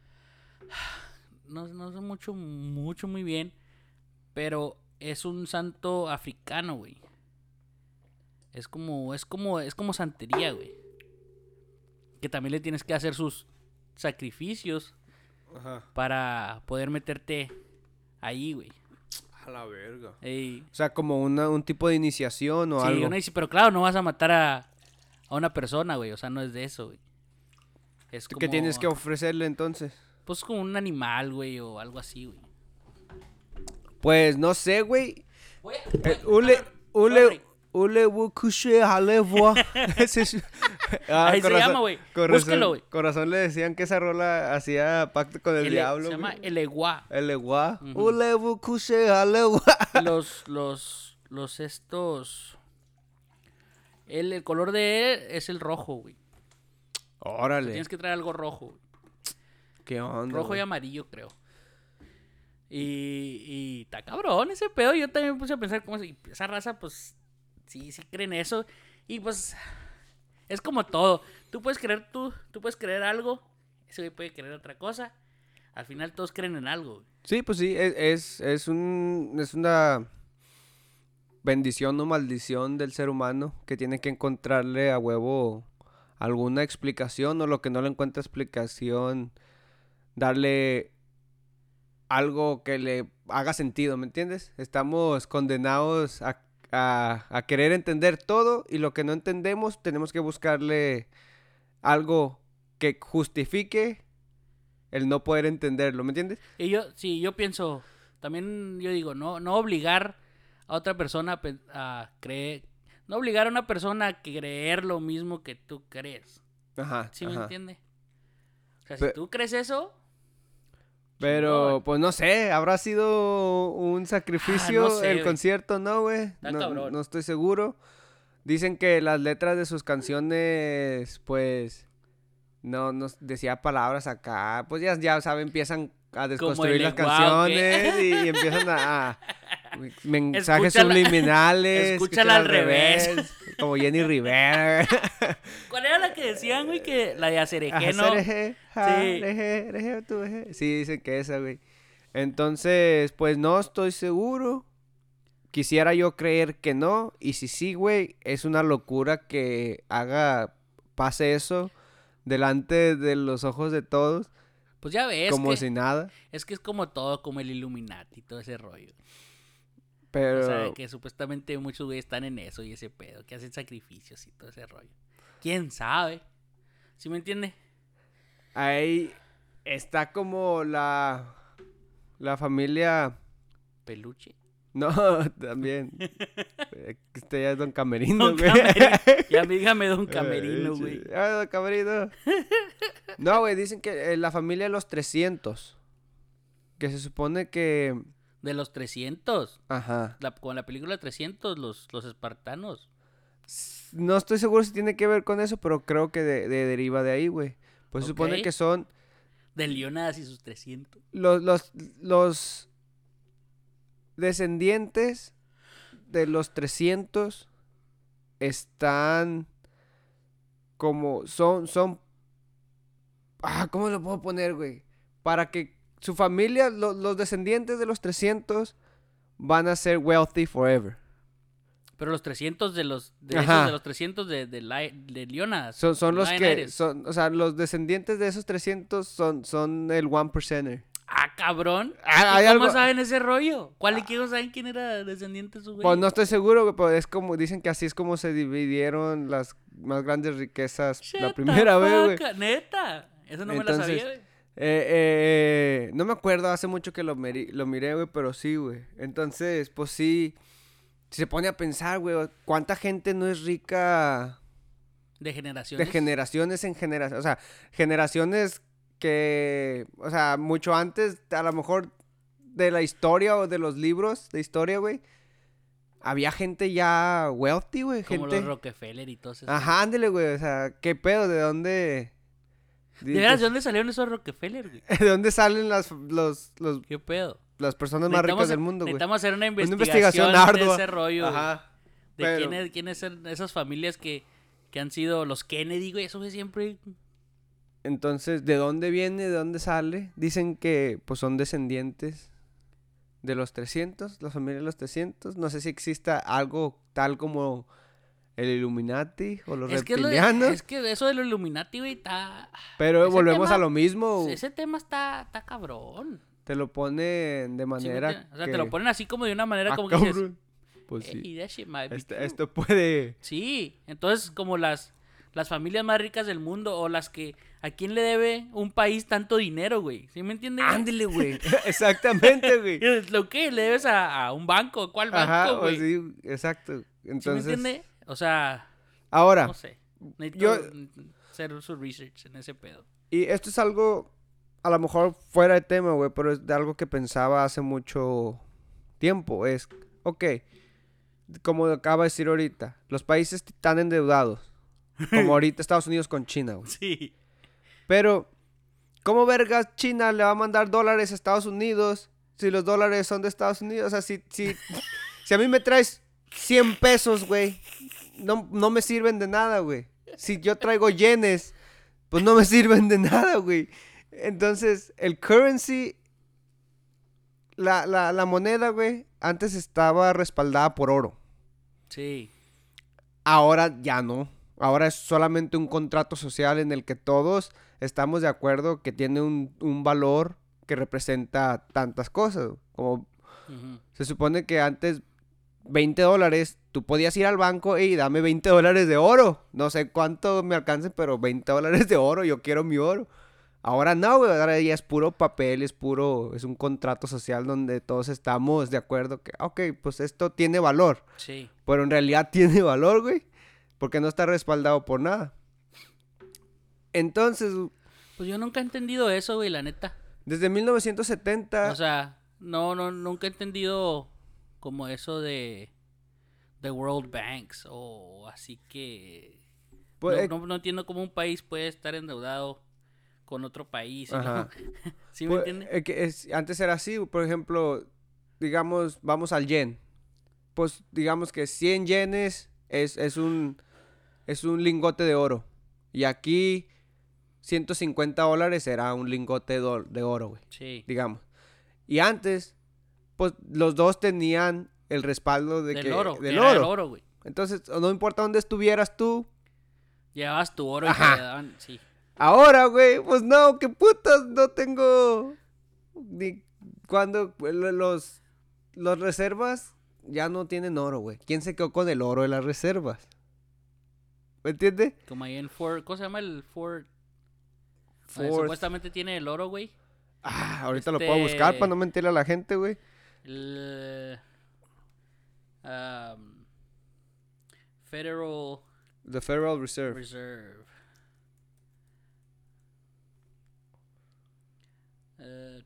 No, no sé mucho, mucho muy bien, pero es un santo africano, güey. Es como, es como, es como santería, güey. Que también le tienes que hacer sus sacrificios. Ajá. Para poder meterte ahí, güey. A la verga. Ey. O sea, como una, un tipo de iniciación o sí, algo. Una, pero claro, no vas a matar a, a una persona, güey. O sea, no es de eso, güey. Es como... ¿Qué tienes que ofrecerle entonces? Pues como un animal, güey, o algo así, güey. Pues no sé, güey. Eh, ule, ule, ule, wukushe, alevoa. Ahí se llama, güey. Búsquelo, güey. Con razón le decían que esa rola hacía pacto con el, el diablo. Se llama el eguá. El eguá. Ule, wukushe, alevoa. Los, los, los estos... El, el color de él es el rojo, güey. Órale. O sea, tienes que traer algo rojo, güey. ¿Qué onda? Rojo güey? y amarillo, creo. Y, y está cabrón ese pedo. Yo también me puse a pensar cómo si esa raza, pues, sí, sí creen eso. Y pues, es como todo. Tú puedes creer tú, tú puedes creer algo. Ese güey puede creer otra cosa. Al final todos creen en algo, güey. Sí, pues sí, es, es, es un, es una bendición o maldición del ser humano que tiene que encontrarle a huevo alguna explicación, o lo que no le encuentra explicación, darle algo que le haga sentido, ¿me entiendes? Estamos condenados a, a, a querer entender todo, y lo que no entendemos tenemos que buscarle algo que justifique el no poder entenderlo, ¿me entiendes? Y yo, sí, yo pienso, también yo digo, no, no obligar a otra persona a, a creer, no obligar a una persona a creer lo mismo que tú crees. Ajá. ¿Sí ajá. me entiende? O sea, Pe- si tú crees eso... Pero, chingón. pues no sé, habrá sido un sacrificio Ah, no sé, el güey. concierto, ¿no, güey? Está No, cabrón. no estoy seguro. Dicen que las letras de sus canciones, pues, no nos decía palabras acá. Pues ya, ya saben, empiezan a desconstruir las lenguaje. canciones y, y empiezan a, a mensajes Escúchala- subliminales. escúchala al revés. Como Jenny Rivera. ¿Cuál era la que decían, güey? Que la de Acerejeno. Ajereje, jareje, reje, tu veje. Sí, dicen que esa, güey. Entonces, pues no estoy seguro. Quisiera yo creer que no. Y si sí, güey, es una locura que haga, pase eso delante de los ojos de todos. Pues ya ves Como que si nada. es que es como todo, como el Illuminati, todo ese rollo. Pero O sea, que supuestamente muchos güeyes están en eso y ese pedo, que hacen sacrificios y todo ese rollo. ¿Quién sabe? ¿Sí me entiende? ahí está como la, la familia... Peluche. No, también. Este ya es Don Camerino, Don güey. Camerino. Ya dígame Don Camerino, güey. Ah, Don Camerino. No, güey, dicen que eh, la familia de los trescientos. Que se supone que... De los trescientos. Ajá. La, con la película trescientos, los, los espartanos. No estoy seguro si tiene que ver con eso, pero creo que de, de- deriva de ahí, güey. Pues se supone Ok. que son De Leonadas y sus trescientos. los, los, los descendientes de los trescientos están como, son, son, ah, ¿cómo lo puedo poner, güey? Para que su familia, lo- los descendientes de los trescientos van a ser wealthy forever. Pero los trescientos de los... De, Ajá. esos de los trescientos de, de, Li- de Leonadas. Son, son los que, Leonidas. son, o sea, los descendientes de esos trescientos son, son el one percenter. Ah, cabrón. Ah, ¿Y hay cómo algo- saben ese rollo? ¿Cuál y quién saben quién era descendiente de su güey? Pues no estoy seguro, güey, pero es como, dicen que así es como se dividieron las más grandes riquezas Shut la the primera vez, güey. fuck up, neta. Eso no me Entonces, la sabía, güey. Eh, eh, no me acuerdo, hace mucho que lo, meri- lo miré, güey, pero sí, güey. Entonces, pues sí, se pone a pensar, güey, ¿cuánta gente no es rica De de generaciones. generaciones en generaciones? O sea, generaciones que, o sea, mucho antes, a lo mejor de la historia o de los libros de historia, güey, había gente ya wealthy, güey, Como gente... los Rockefeller y todos esos. Ajá, ándale, güey, o sea, ¿qué pedo? ¿De dónde...? ¿De veras de dónde salieron esos Rockefeller, güey? ¿De dónde salen las, los, los, ¿Qué pedo? las personas más ricas del mundo, güey? Necesitamos hacer una Una investigación, investigación ardua. de ese rollo, güey. Ajá. De pero- quiénes, quiénes son esas familias que, que han sido los Kennedy, güey. Eso fue siempre... Entonces, ¿de dónde viene? ¿De dónde sale? Dicen que, pues, son descendientes de los trescientos, la familia de los trescientos. No sé si exista algo tal como el Illuminati o los Es que, es, lo de- reptilianos. es que eso de los Illuminati, güey, está... Pero ese volvemos tema- a lo mismo. Ese tema está, está cabrón. Te lo ponen de ¿Sí me manera entiendes? O sea, que... te lo ponen así como de una manera Ah, como que dices... cabrón. Pues sí. "Hey, that shit might be Este- true". esto puede... Sí, entonces como las, las familias más ricas del mundo o las que... ¿A quién le debe un país tanto dinero, güey? ¿Sí me entiendes? Ándele, güey. Exactamente, güey. ¿Lo que? ¿Le debes a, a un banco? ¿Cuál Ajá, banco, o güey? sí, exacto. ¿Sí me Entonces, entiende? O sea, ahora, no sé. Necesito yo- hacer su research en ese pedo. y esto es algo, a lo mejor fuera de tema, güey, pero es de algo que pensaba hace mucho tiempo. Es, ok, como acaba de decir ahorita, los países están endeudados. Como ahorita Estados Unidos con China, güey. Sí. Pero, ¿cómo vergas China le va a mandar dólares a Estados Unidos si los dólares son de Estados Unidos? O sea, si, si, si a mí me traes cien pesos, güey, no, no me sirven de nada, güey. Si yo traigo yenes, pues no me sirven de nada, güey. Entonces, el currency, la, la, la moneda, güey, antes estaba respaldada por oro. Sí. Ahora ya no. Ahora es solamente un contrato social en el que todos estamos de acuerdo que tiene un, un valor que representa tantas cosas. Como Ujú. se supone que antes veinte dólares, tú podías ir al banco y dame veinte dólares de oro. No sé cuánto me alcance, pero veinte dólares de oro, yo quiero mi oro. Ahora no, güey, ahora ya es puro papel, es puro, es un contrato social donde todos estamos de acuerdo que, ok, pues esto tiene valor. Sí. Pero en realidad tiene valor, güey. Porque no está respaldado por nada. Entonces, Pues yo nunca he entendido eso, güey, la neta. desde mil novecientos setenta... O sea, no, no, nunca he entendido como eso de, de World Banks o así que... pues, no, eh, no, no entiendo cómo un país puede estar endeudado con otro país. ¿Sí, Ajá. no? ¿Sí me pues, entiendes? eh, que es- antes era así, por ejemplo, digamos, vamos al yen. Pues digamos que cien yenes es, es, un, es un lingote de oro. Y aquí ciento cincuenta dólares era un lingote de, do- de oro, güey. Sí. Digamos. Y antes, pues los dos tenían el respaldo de Del que, oro. del que era el oro. oro, güey. Entonces, no importa dónde estuvieras tú. Llevabas tu oro y Ajá. te daban... Sí. Ahora, güey, pues no, qué putas, no tengo ni cuando pues, lo- los los reservas ya no tienen oro, güey. ¿Quién se quedó con el oro de las reservas? ¿Me entiendes? Como ahí en Fort... ¿Cómo se llama el Fort? Donde Fourth. supuestamente tiene el oro, güey. Ah, ahorita lo Este- puedo buscar para no mentirle a la gente, güey. El... um, Federal The Federal Reserve. Reserve. Eh,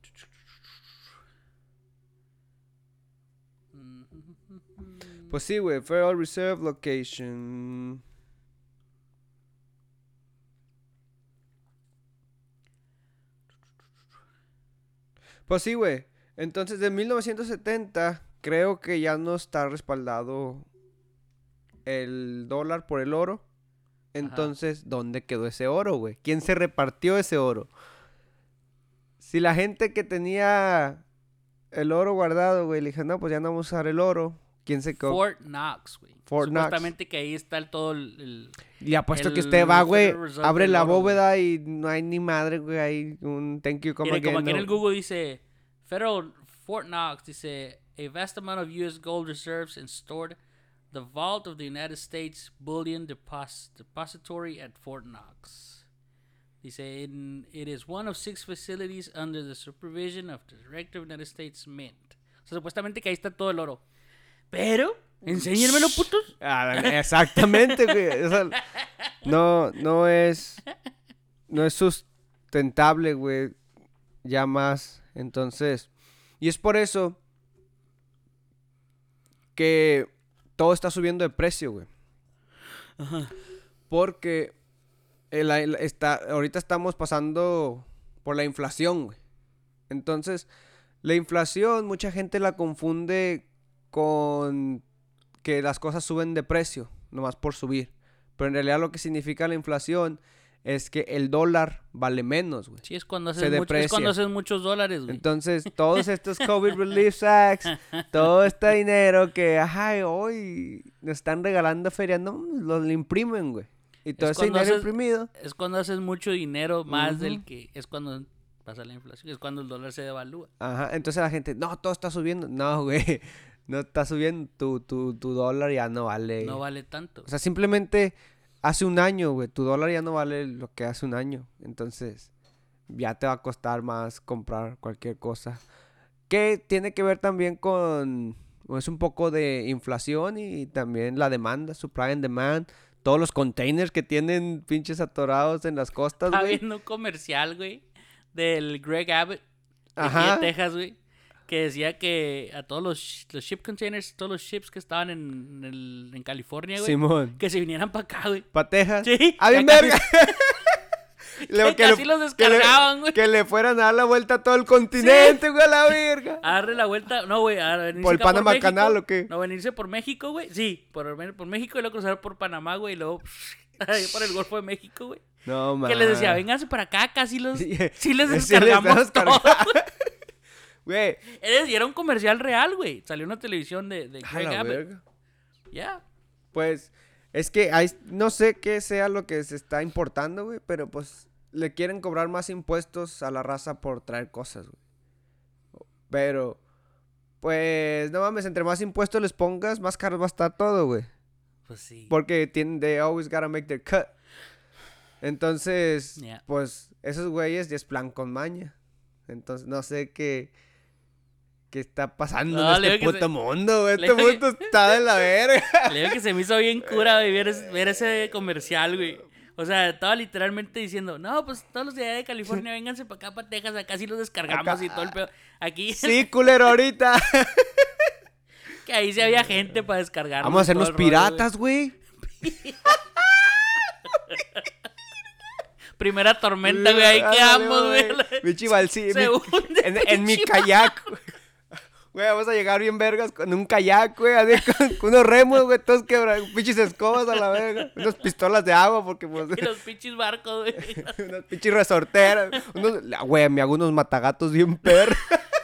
Pues sí, güey, Federal Reserve Location. Pues sí, güey. Entonces, de mil novecientos setenta, creo que ya no está respaldado el dólar por el oro. Entonces, ¿dónde quedó ese oro, güey? ¿Quién se repartió ese oro? Si la gente que tenía el oro guardado, güey, le dije, no, pues ya no vamos a usar el oro. ¿Quién se quedó? Fort Knox, güey. Fort Knox. Supuestamente que ahí está el todo el... el- Y apuesto que el usted va, güey, Federal Reserve abre del la oro, bóveda y no hay ni madre, güey, hay un thank you, come Mire, como again, aquí en no. el Google dice... Federal Fort Knox dice... A vast amount of U S gold reserves and stored the vault of the United States Bullion Depos- Depository at Fort Knox. Dice, "In- it is one of six facilities under the supervision of the Director of United States Mint. O sea, supuestamente que ahí está todo el oro. Pero, enséñenmelo, putos. Ah, exactamente, güey. O sea, no, no es, no es sustentable, güey. Ya más. Entonces, y es por eso que todo está subiendo de precio, güey. Ajá. Porque el, el- está, ahorita estamos pasando por la inflación, güey. Entonces, la inflación, mucha gente la confunde con que las cosas suben de precio, nomás por subir. Pero en realidad lo que significa la inflación es que el dólar vale menos, güey. Sí, es cuando Se haces, mucho, es deprecia. cuando haces muchos dólares, güey. Entonces, todos estos COVID Relief Acts, todo este dinero que, ay, hoy nos están regalando feria, no, lo imprimen, güey. Y todo Es ese cuando dinero haces- imprimido. Es cuando haces mucho dinero más Ujú. del que... Es cuando pasa la inflación. Es cuando el dólar se devalúa. Ajá, entonces la gente, no, todo está subiendo. No, güey, no está subiendo, tu, tu, tu dólar ya no vale. No vale tanto. O sea, simplemente hace un año, güey, tu dólar ya no vale lo que hace un año. Entonces, ya te va a costar más comprar cualquier cosa. Que tiene que ver también con, es un poco de inflación y también la demanda, supply and demand. Todos los containers que tienen pinches atorados en las costas, Estaba güey. viendo un comercial, güey, del Greg Abbott de aquí Ajá. de Texas, güey, que decía que a todos los, sh- los ship containers, todos los ships que estaban en, en, el- en California, güey, Simón. que se vinieran para acá, güey. ¿Pa Texas? Sí. ¡Ah, bien que casi- verga! Le- que casi los que le- descargaban, güey. Que le fueran a dar la vuelta a todo el continente, güey, a la verga. A darle la vuelta, no, güey, a venirse ¿Por el acá Panama México. Canal o qué? No, venirse por México, güey, sí, por, por México y luego cruzar por Panamá, güey, y luego ahí por el Golfo de México, güey. No, man. Que les decía, vénganse para acá, casi los, Sí, sí les sí les descargamos descargamos. todo. Güey. Era- Y era un comercial real, güey. Salió en una televisión de, de A Greg la Abbott. verga. Ya. Pues, es que hay, no sé qué sea lo que se está importando, güey, pero pues le quieren cobrar más impuestos a la raza por traer cosas, güey. Pero, pues, no mames, entre más impuestos les pongas, más caro va a estar todo, güey. Pues sí. Porque tienen, they always gotta make their cut. Entonces, Yeah. pues, esos güeyes ya es plan con maña. Entonces, no sé qué, qué está pasando No, en le este digo que puto se- mundo, güey. le Este digo que- mundo está de la verga. Le digo que se me hizo bien cura, güey, ver, ese- ver ese comercial, güey. O sea, estaba literalmente diciendo, no, pues todos los de allá de California, vénganse para acá, para Texas, acá sí los descargamos Acá- y todo el pedo. Aquí, Sí, culero, ahorita. que ahí sí había gente para descargar. Vamos a hacernos piratas, güey. Primera tormenta, güey, ahí Ándale, quedamos, güey. Pinche balsi- Se mi- hunde en, el en mi pinche kayak, güey. Güey, vamos a llegar bien vergas con un kayak, güey, así con, con unos remos, güey, todos quebrados, pinches escobas a la verga, unas pistolas de agua, porque pues, Y los pinches barcos, güey. unas pinches resorteras, unos, la- güey, me hago unos matagatos bien perros.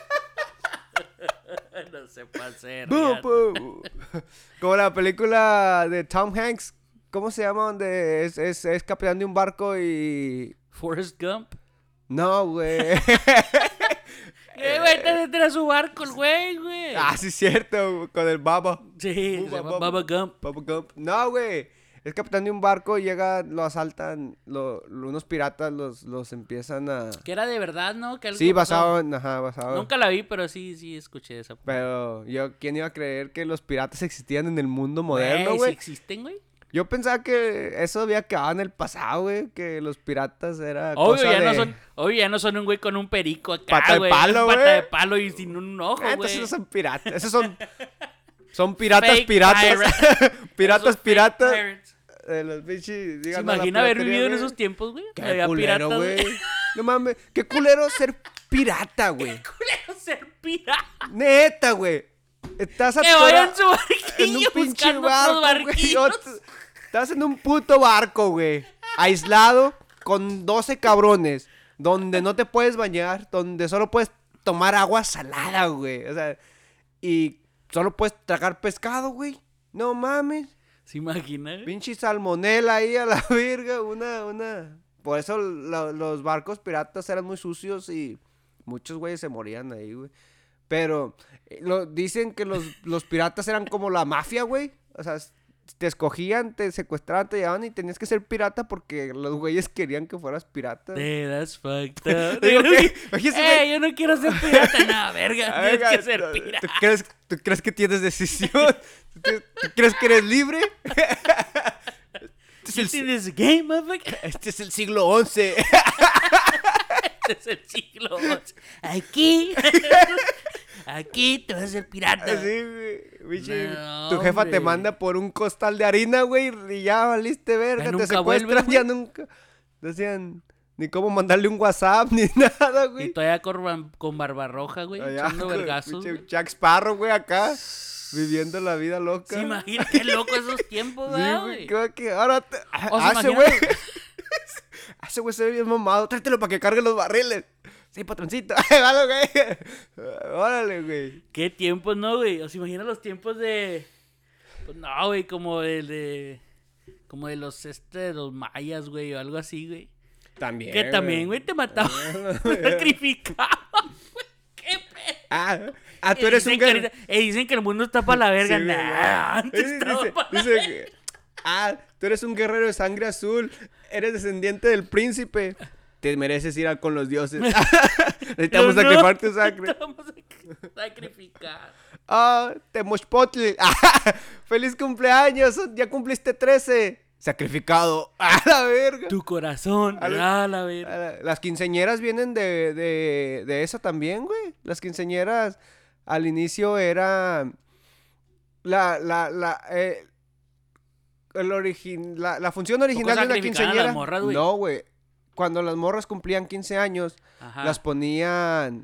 No se pase. Bu, bu. Como la película de Tom Hanks, ¿cómo se llama? Donde es, es, es capitán de un barco y... Forrest Gump. No, güey. Eh, güey, te era su barco el güey, güey. Ah, sí, cierto, con el baba. Sí, Bubba, se llama Bubba. Baba Gump. Baba Gump. No, güey. Es capitán de un barco y llega, lo asaltan, lo, lo- unos piratas los, los empiezan a... Que era de verdad, ¿no? Que algo Sí, pasó. basado en... Ajá, basado. Nunca la vi, pero sí, sí escuché esa. Pero yo, ¿quién iba a creer que los piratas existían en el mundo moderno, ¿Sí güey? existen, güey? Yo pensaba que eso había quedado en el pasado, güey. Que los piratas era Obvio cosa ya, de... no son, obvio, ya no son un güey con un perico acá, Pata de güey. palo, Pata güey. de palo y sin un ojo, Ah, güey. entonces esos son piratas. Esos son... Son piratas Fake piratas. pirates. piratas Esos fake piratas. pirates. De los pinches... ¿Se digan, no, la imagina haber piratería, vivido en güey. esos tiempos, güey? Qué Había culero, piratas, güey. No mames. Qué culero ser pirata, güey. Culero ser pirata. Neta, güey. Estás Que vayan atorado su en un barquillo pinche buscando barco, otros güey. barquillos. Otro- Estás en un puto barco, güey. Aislado con doce cabrones. Donde no te puedes bañar. Donde solo puedes tomar agua salada, güey. O sea, y solo puedes tragar pescado, güey. No mames. ¿Se imagina, güey? Pinche salmonela ahí a la verga. Una, una. Por eso lo- los barcos piratas eran muy sucios y muchos güeyes se morían ahí, güey. Pero eh, lo, dicen que los, los piratas eran como la mafia, güey. O sea, s- te escogían, te secuestraban, te llevaban y tenías que ser pirata porque los güeyes querían que fueras pirata. Dude, that's fucked up. Digo, ¿qué? Imagínate, Eh, yo no quiero ser pirata. No, verga, Ah, tienes verga, que ser ¿tú- pirata. ¿tú crees, ¿Tú crees que tienes decisión? ¿Tú, te- tú crees que eres libre? Este You es, see el, this game, motherfucker? este es el siglo once. Este es el siglo once. Aquí. Aquí te vas a ser pirata. Así, güey. Bichi, No, tu jefa te hombre. manda por un costal de harina, güey, y ya valiste verga. Ya Te nunca secuestran, vuelves, ya nunca. Decían ni cómo mandarle un WhatsApp, ni nada, Y güey. todavía con, con barba roja, güey, Allá, echando güey, vergazos. pinche güey. Jack Sparrow, güey, acá. Viviendo la vida loca. ¿Se imagina qué loco esos tiempos, Sí, ¿verdad, güey, güey? creo que ahora te... O sea, Hace, imagínate- güey. Hace, güey, se ve bien mamado. Tráetelo para que cargue los barriles. Sí, patroncito. Dale, güey. Órale, güey. ¿Qué tiempos, no, güey? O sea, imagina los tiempos de... Pues no, güey, como el de... Como de los, este, de los mayas, güey, o algo así, güey. También. Que también, güey, te mataban, sacrificaban, güey. ¿Qué pedo? Ah, ah, tú Eh, eres dicen un que guerrero. ahorita- eh, dicen que el mundo está para la verga. Sí, güey, Nah, güey. antes Eh, estaba dice, pa' la dice que, ah, tú eres un guerrero de sangre azul. Eres descendiente del príncipe. Te mereces ir a con los dioses. Necesitamos No, no, sacrificar tu sangre. necesitamos sac- sacrificar. Ah, Temochpotl. Ah, feliz cumpleaños. Ya cumpliste trece. Sacrificado. A la verga. Tu corazón. A la- Ah, la verga. A la- Las quinceañeras vienen de, de, de eso también, güey. Las quinceañeras al inicio era la, la, la, eh, el origin, la, la función original de una sacrificaban a las quinceañera. morras, güey? No, güey. Cuando las morras cumplían quince años, Ajá. las ponían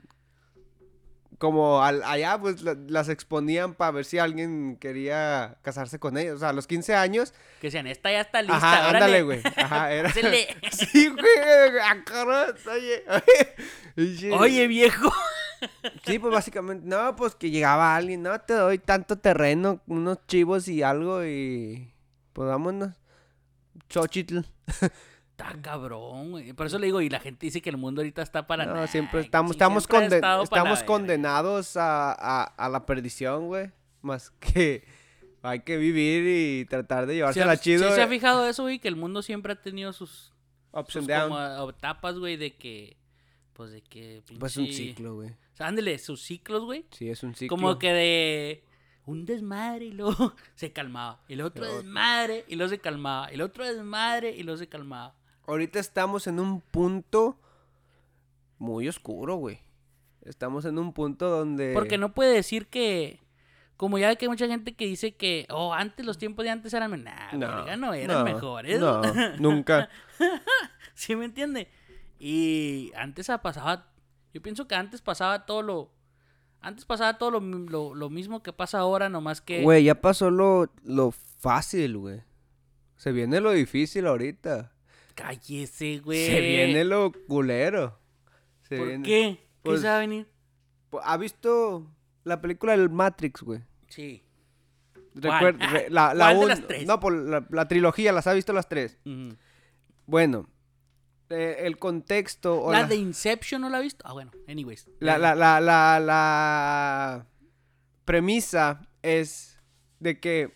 como al- allá, pues la- las exponían para ver si alguien quería casarse con ellas. O sea, a los quince años. Que decían, esta ya está lista. Ajá, órale. ándale, güey. Ajá, era. Pásele. Sí, güey. Ah, cabrón, oye. Oye. Oye, viejo. Sí, pues básicamente, no, pues que llegaba alguien, no, te doy tanto terreno, unos chivos y algo y pues vámonos. Xochitl. Está cabrón, güey. Por eso le digo, y la gente dice que el mundo ahorita está para No, nada. siempre Sí, estamos, estamos, siempre ha conden- estado pa' la estamos verga. condenados a, a, a la perdición, güey. Más que hay que vivir y tratar de ¿Sí, llevársela sí chido. se ha eh, fijado eso, güey? Que el mundo siempre ha tenido sus, Ups sus and down. como ah, etapas, güey, de que... Pues de que... Pues un pinche- ciclo, güey. O sea, ándele, sus ciclos, güey. Sí, es un ciclo. Como que de un desmadre y luego se calmaba. Y el otro Otro. desmadre y luego se calmaba. Y el otro desmadre y luego se calmaba. Ahorita estamos en un punto muy oscuro, güey. Estamos en un punto donde... Porque no puede decir que... Como ya ve que hay mucha gente que dice que... Oh, antes los tiempos de antes eran... Nah, verga, no eran no, mejores. No, nunca. ¿Sí me entiende? Y antes pasaba... Yo pienso que antes pasaba todo lo... Antes pasaba todo lo, lo, lo mismo que pasa ahora, nomás que... Güey, ya pasó lo, lo fácil, güey. Se viene lo difícil ahorita. Cállese, güey. Se viene lo culero. Se ¿Por viene- qué? ¿Qué Pues- se va a venir? ¿Ha visto la película del Matrix, güey? Sí. Recuer- ¿Cuál? re- la, la ¿Cuál de un- las tres? No, por la, la trilogía, ¿las ha visto las tres? Ujú. Bueno, eh, el contexto... o La la- de Inception no la ha visto. Ah, bueno, anyways. La, la, la, la, la premisa es de que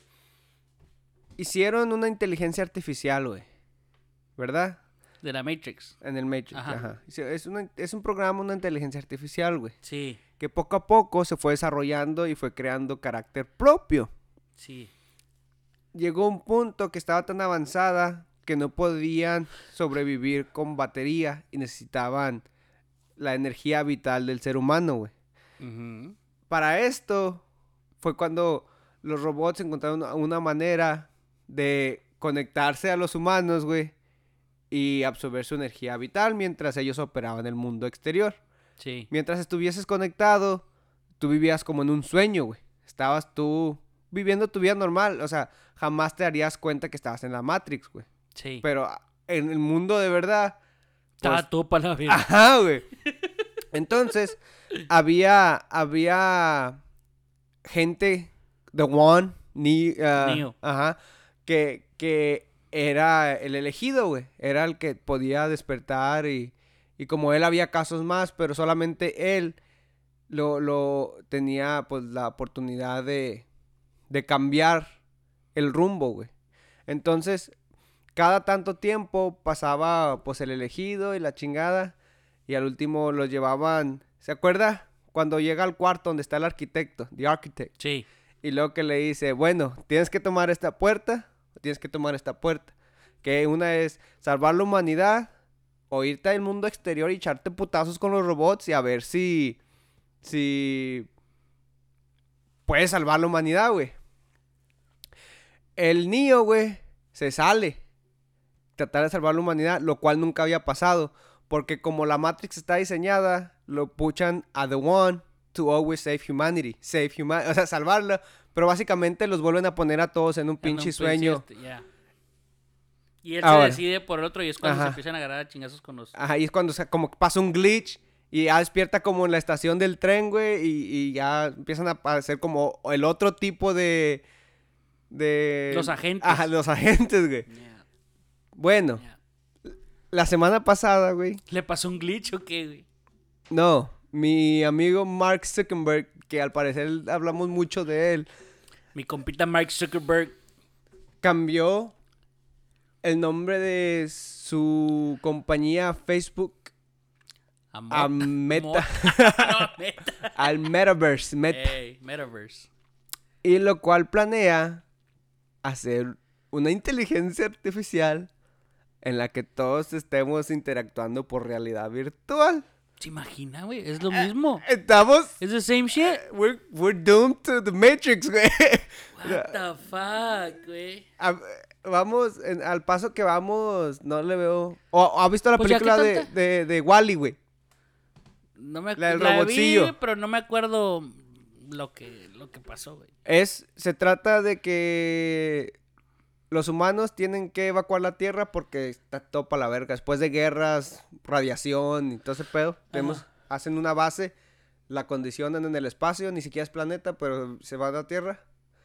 hicieron una inteligencia artificial, güey. ¿Verdad? De la Matrix. En el Matrix, Ajá. ajá. Hice- Es, una- es un programa, una inteligencia artificial, güey. Sí, Que poco a poco se fue desarrollando y fue creando carácter propio. sí. Llegó un punto que estaba tan avanzada que no podían sobrevivir con batería y necesitaban la energía vital del ser humano, güey. Ujú. Para esto fue cuando los robots encontraron una, una manera de conectarse a los humanos, güey, y absorber su energía vital mientras ellos operaban el mundo exterior. Sí. Mientras estuvieses conectado, tú vivías como en un sueño, güey. Estabas tú viviendo tu vida normal, o sea, jamás te darías cuenta que estabas en la Matrix, güey. Sí. Pero ah, en el mundo de verdad... Estaba pues, todo para la vida. Ajá, güey. Entonces, había, había gente, The One, ni, ah, Neo. ajá, que, que era el elegido, güey. Era el que podía despertar y, y como él había casos más, pero solamente él lo, lo tenía, pues, la oportunidad de, de cambiar el rumbo, güey. Entonces, cada tanto tiempo pasaba, pues, el elegido y la chingada. Y al último lo llevaban... ¿Se acuerda? Cuando llega al cuarto donde está el arquitecto, the architect. Sí. Y luego que le dice, bueno, tienes que tomar esta puerta, o tienes que tomar esta puerta. Que una es salvar la humanidad, o irte al mundo exterior y echarte putazos con los robots y a ver si... Si... puedes salvar la humanidad, güey. El Neo, güey, se sale. Tratar de salvar la humanidad, lo cual nunca había pasado. Porque como la Matrix está diseñada, lo puchan a The One to always save humanity. Save humanity, o sea, salvarla. Pero básicamente los vuelven a poner a todos en un pinche un sueño. Este, yeah. Y él Ahora. se decide por el otro y es cuando Ajá. se empiezan a agarrar a chingazos con los... Ajá, y es cuando o sea, como pasa un glitch y ya despierta como en la estación del tren, güey, y, y ya empiezan a aparecer como el otro tipo de... de... Los agentes. Ajá, los agentes, güey. Yeah. Bueno, Yeah. la semana pasada, güey. ¿Le pasó un glitch o qué, güey? No, mi amigo Mark Zuckerberg, que al parecer hablamos mucho de él, Mi compita Mark Zuckerberg. cambió el nombre de su compañía Facebook Amor. a Meta, no, Meta. al Metaverse, Meta. Ey, Metaverse. Y lo cual planea hacer una inteligencia artificial en la que todos estemos interactuando por realidad virtual. ¿Se imagina, güey? Es lo mismo. Estamos... Es the same shit. We're, we're doomed to the Matrix, güey. What the fuck, güey. A- Vamos, en- al paso que vamos, no le veo... ¿O o ha visto la Pues ya, ¿qué película de, tanta? de, de Wall-E, güey? No me La del la robotcillo. vi, pero no me acuerdo lo que, lo que pasó, güey. Es, se trata de que los humanos tienen que evacuar la Tierra porque está todo para la verga. Después de guerras, radiación y todo ese pedo, tenemos, hacen una base, la condicionan en el espacio, ni siquiera es planeta, pero se va a la Tierra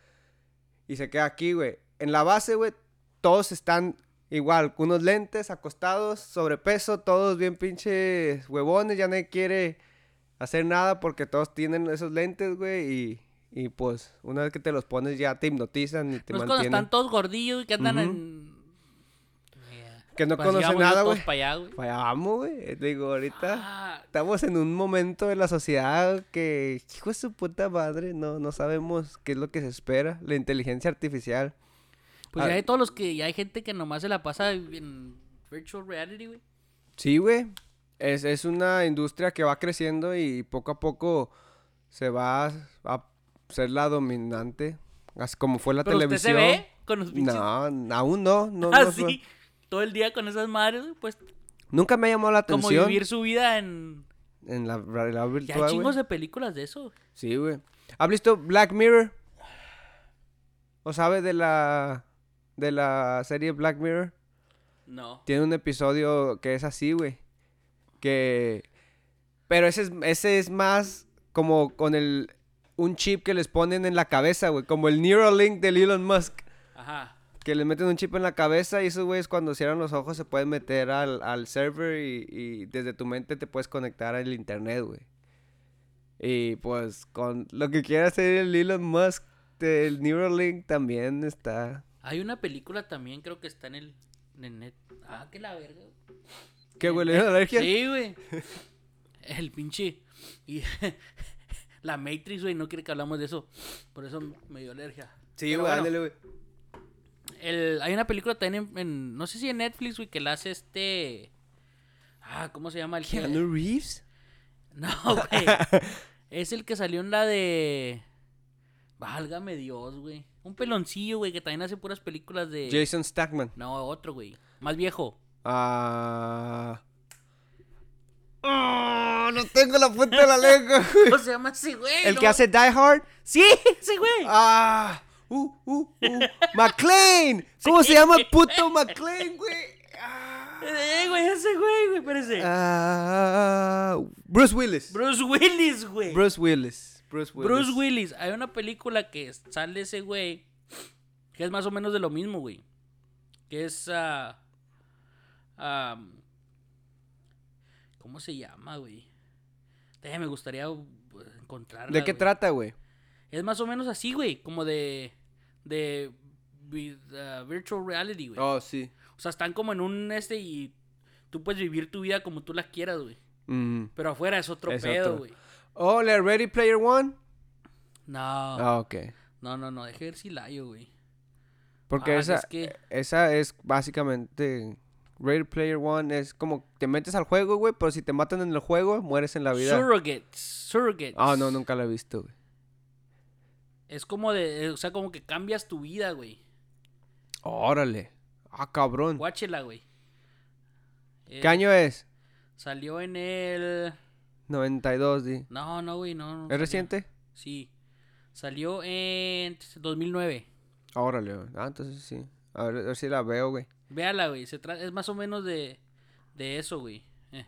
y se queda aquí, güey. En la base, güey, todos están igual, con unos lentes, acostados, sobrepeso, todos bien pinches huevones, ya nadie quiere hacer nada porque todos tienen esos lentes, güey, y, y pues una vez que te los pones ya te hipnotizan y te No es cuando mantienen. están todos gordillos y que andan Ujú. en... Yeah. Que no Pues conocen íbamos nada, todos güey. para allá, güey. Vaya, vamos, güey. Digo, ahorita Ah, estamos en un momento de la sociedad que, hijo de su puta madre, no, no sabemos qué es lo que se espera. La inteligencia artificial. pues Ah. ya hay todos los que... Ya hay gente que nomás se la pasa en virtual reality, güey. Sí, güey. Es, es una industria que va creciendo y poco a poco se va a ser la dominante. Así como fue la Pero usted televisión. se ve con los pinches... No, aún no. no, no así, fue- todo el día con esas madres, güey, pues Nunca me ha llamado la como atención vivir su vida en... en la realidad Ya hay virtual, güey. chingos de películas de eso. Sí, güey. ¿Has visto Black Mirror? ¿O sabe de la de la serie Black Mirror? No. Tiene un episodio que es así, güey. Que pero ese es ese es más como con el un chip que les ponen en la cabeza, güey, como el Neuralink de Elon Musk, Ajá. que les meten un chip en la cabeza y esos güeyes cuando cierran los ojos se pueden meter al, al server y, y desde tu mente te puedes conectar al internet, güey. Y pues con lo que quiera hacer el Elon Musk del Neuralink también está. Hay una película también, creo que está en el... En net. Ah, que la verga. güey. ¿Qué, güey? ¿Le dio alergia? Sí, güey. El pinche... Y... la Matrix, güey, no quiere que hablamos de eso. Por eso me dio alergia. Sí, Pero güey, bueno, ándale, güey. el... Hay una película también en, en- No sé si en Netflix, güey, que la hace este... Ah, ¿cómo se llama el que- ¿Keanu Reeves? No, güey. Es el que salió en la de... Válgame Dios, güey. Un peloncillo, güey, que también hace puras películas de... Jason Statham. No, otro, güey. Más viejo. Ah... Oh, no tengo la punta de la lengua, güey. ¿Cómo se llama ese güey? ¿El No que me- hace Die Hard? Sí, ese güey. Ah... Uh, uh, uh. McClane. ¿Cómo se llama puto McClane, güey? Ah... Eh, güey, ese güey, güey, espérese. Ah, Bruce Willis. Bruce Willis, güey. Bruce Willis. Bruce Willis. Bruce Willis. Hay una película que sale ese güey que es más o menos de lo mismo, güey. Que es... ah, ah, ¿cómo se llama, güey? Eh, me gustaría uh, encontrarla, ¿De qué güey. trata, güey? Es más o menos así, güey. Como de... De with, uh, virtual reality, güey. Oh, sí. O sea, están como en un este y tú puedes vivir tu vida como tú la quieras, güey. Mm. Pero afuera es otro Es pedo, otro. güey. Oh, ¿la Ready Player One? No. Ah, ok. No, no, no. Deje ver si la hallo, güey. Porque Ah, esa, es que- esa es básicamente... Ready Player One es como te metes al juego, güey, pero si te matan en el juego, mueres en la vida. Surrogates. Surrogates. Ah, no, nunca la he visto, güey. Es como de... O sea, como que cambias tu vida, güey. Órale. Ah, cabrón. Guáchela, güey. ¿Qué Eh, año es? Salió en el... noventa y dos, di. No, no, güey, no. no ¿Es salió. reciente? Sí. Salió en dos mil nueve. Órale, güey. Ah, entonces sí. A ver, a ver si la veo, güey. Véala, güey. Se tra- es más o menos de, de eso, güey. Eh.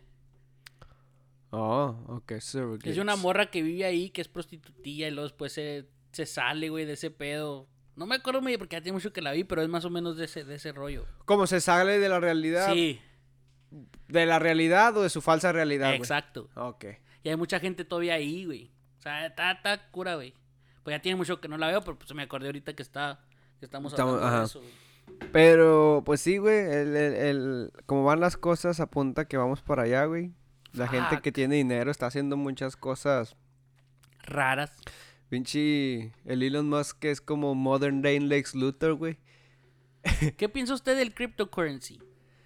Oh, ok, surrogates. Es de una morra que vive ahí, que es prostitutilla, y luego después se, se sale, güey, de ese pedo. No me acuerdo muy bien porque ya tiene mucho que la vi, pero es más o menos de ese, de ese rollo. ¿Cómo se sale de la realidad? Sí, ¿De la realidad o de su falsa realidad, güey? exacto. Ok. Y hay mucha gente todavía ahí, güey. O sea, está, está cura, güey. Pues ya tiene mucho que no la veo, pero pues me acordé ahorita que está, que estamos Estamos- hablando ajá. de eso, güey. Pero, pues sí, güey, el, el, el- como van las cosas apunta que vamos para allá, güey. La gente Fuck. que tiene dinero está haciendo muchas cosas. Raras. Pinche, el Elon Musk es como modern day Lex Luthor, güey. ¿Qué piensa usted del cryptocurrency?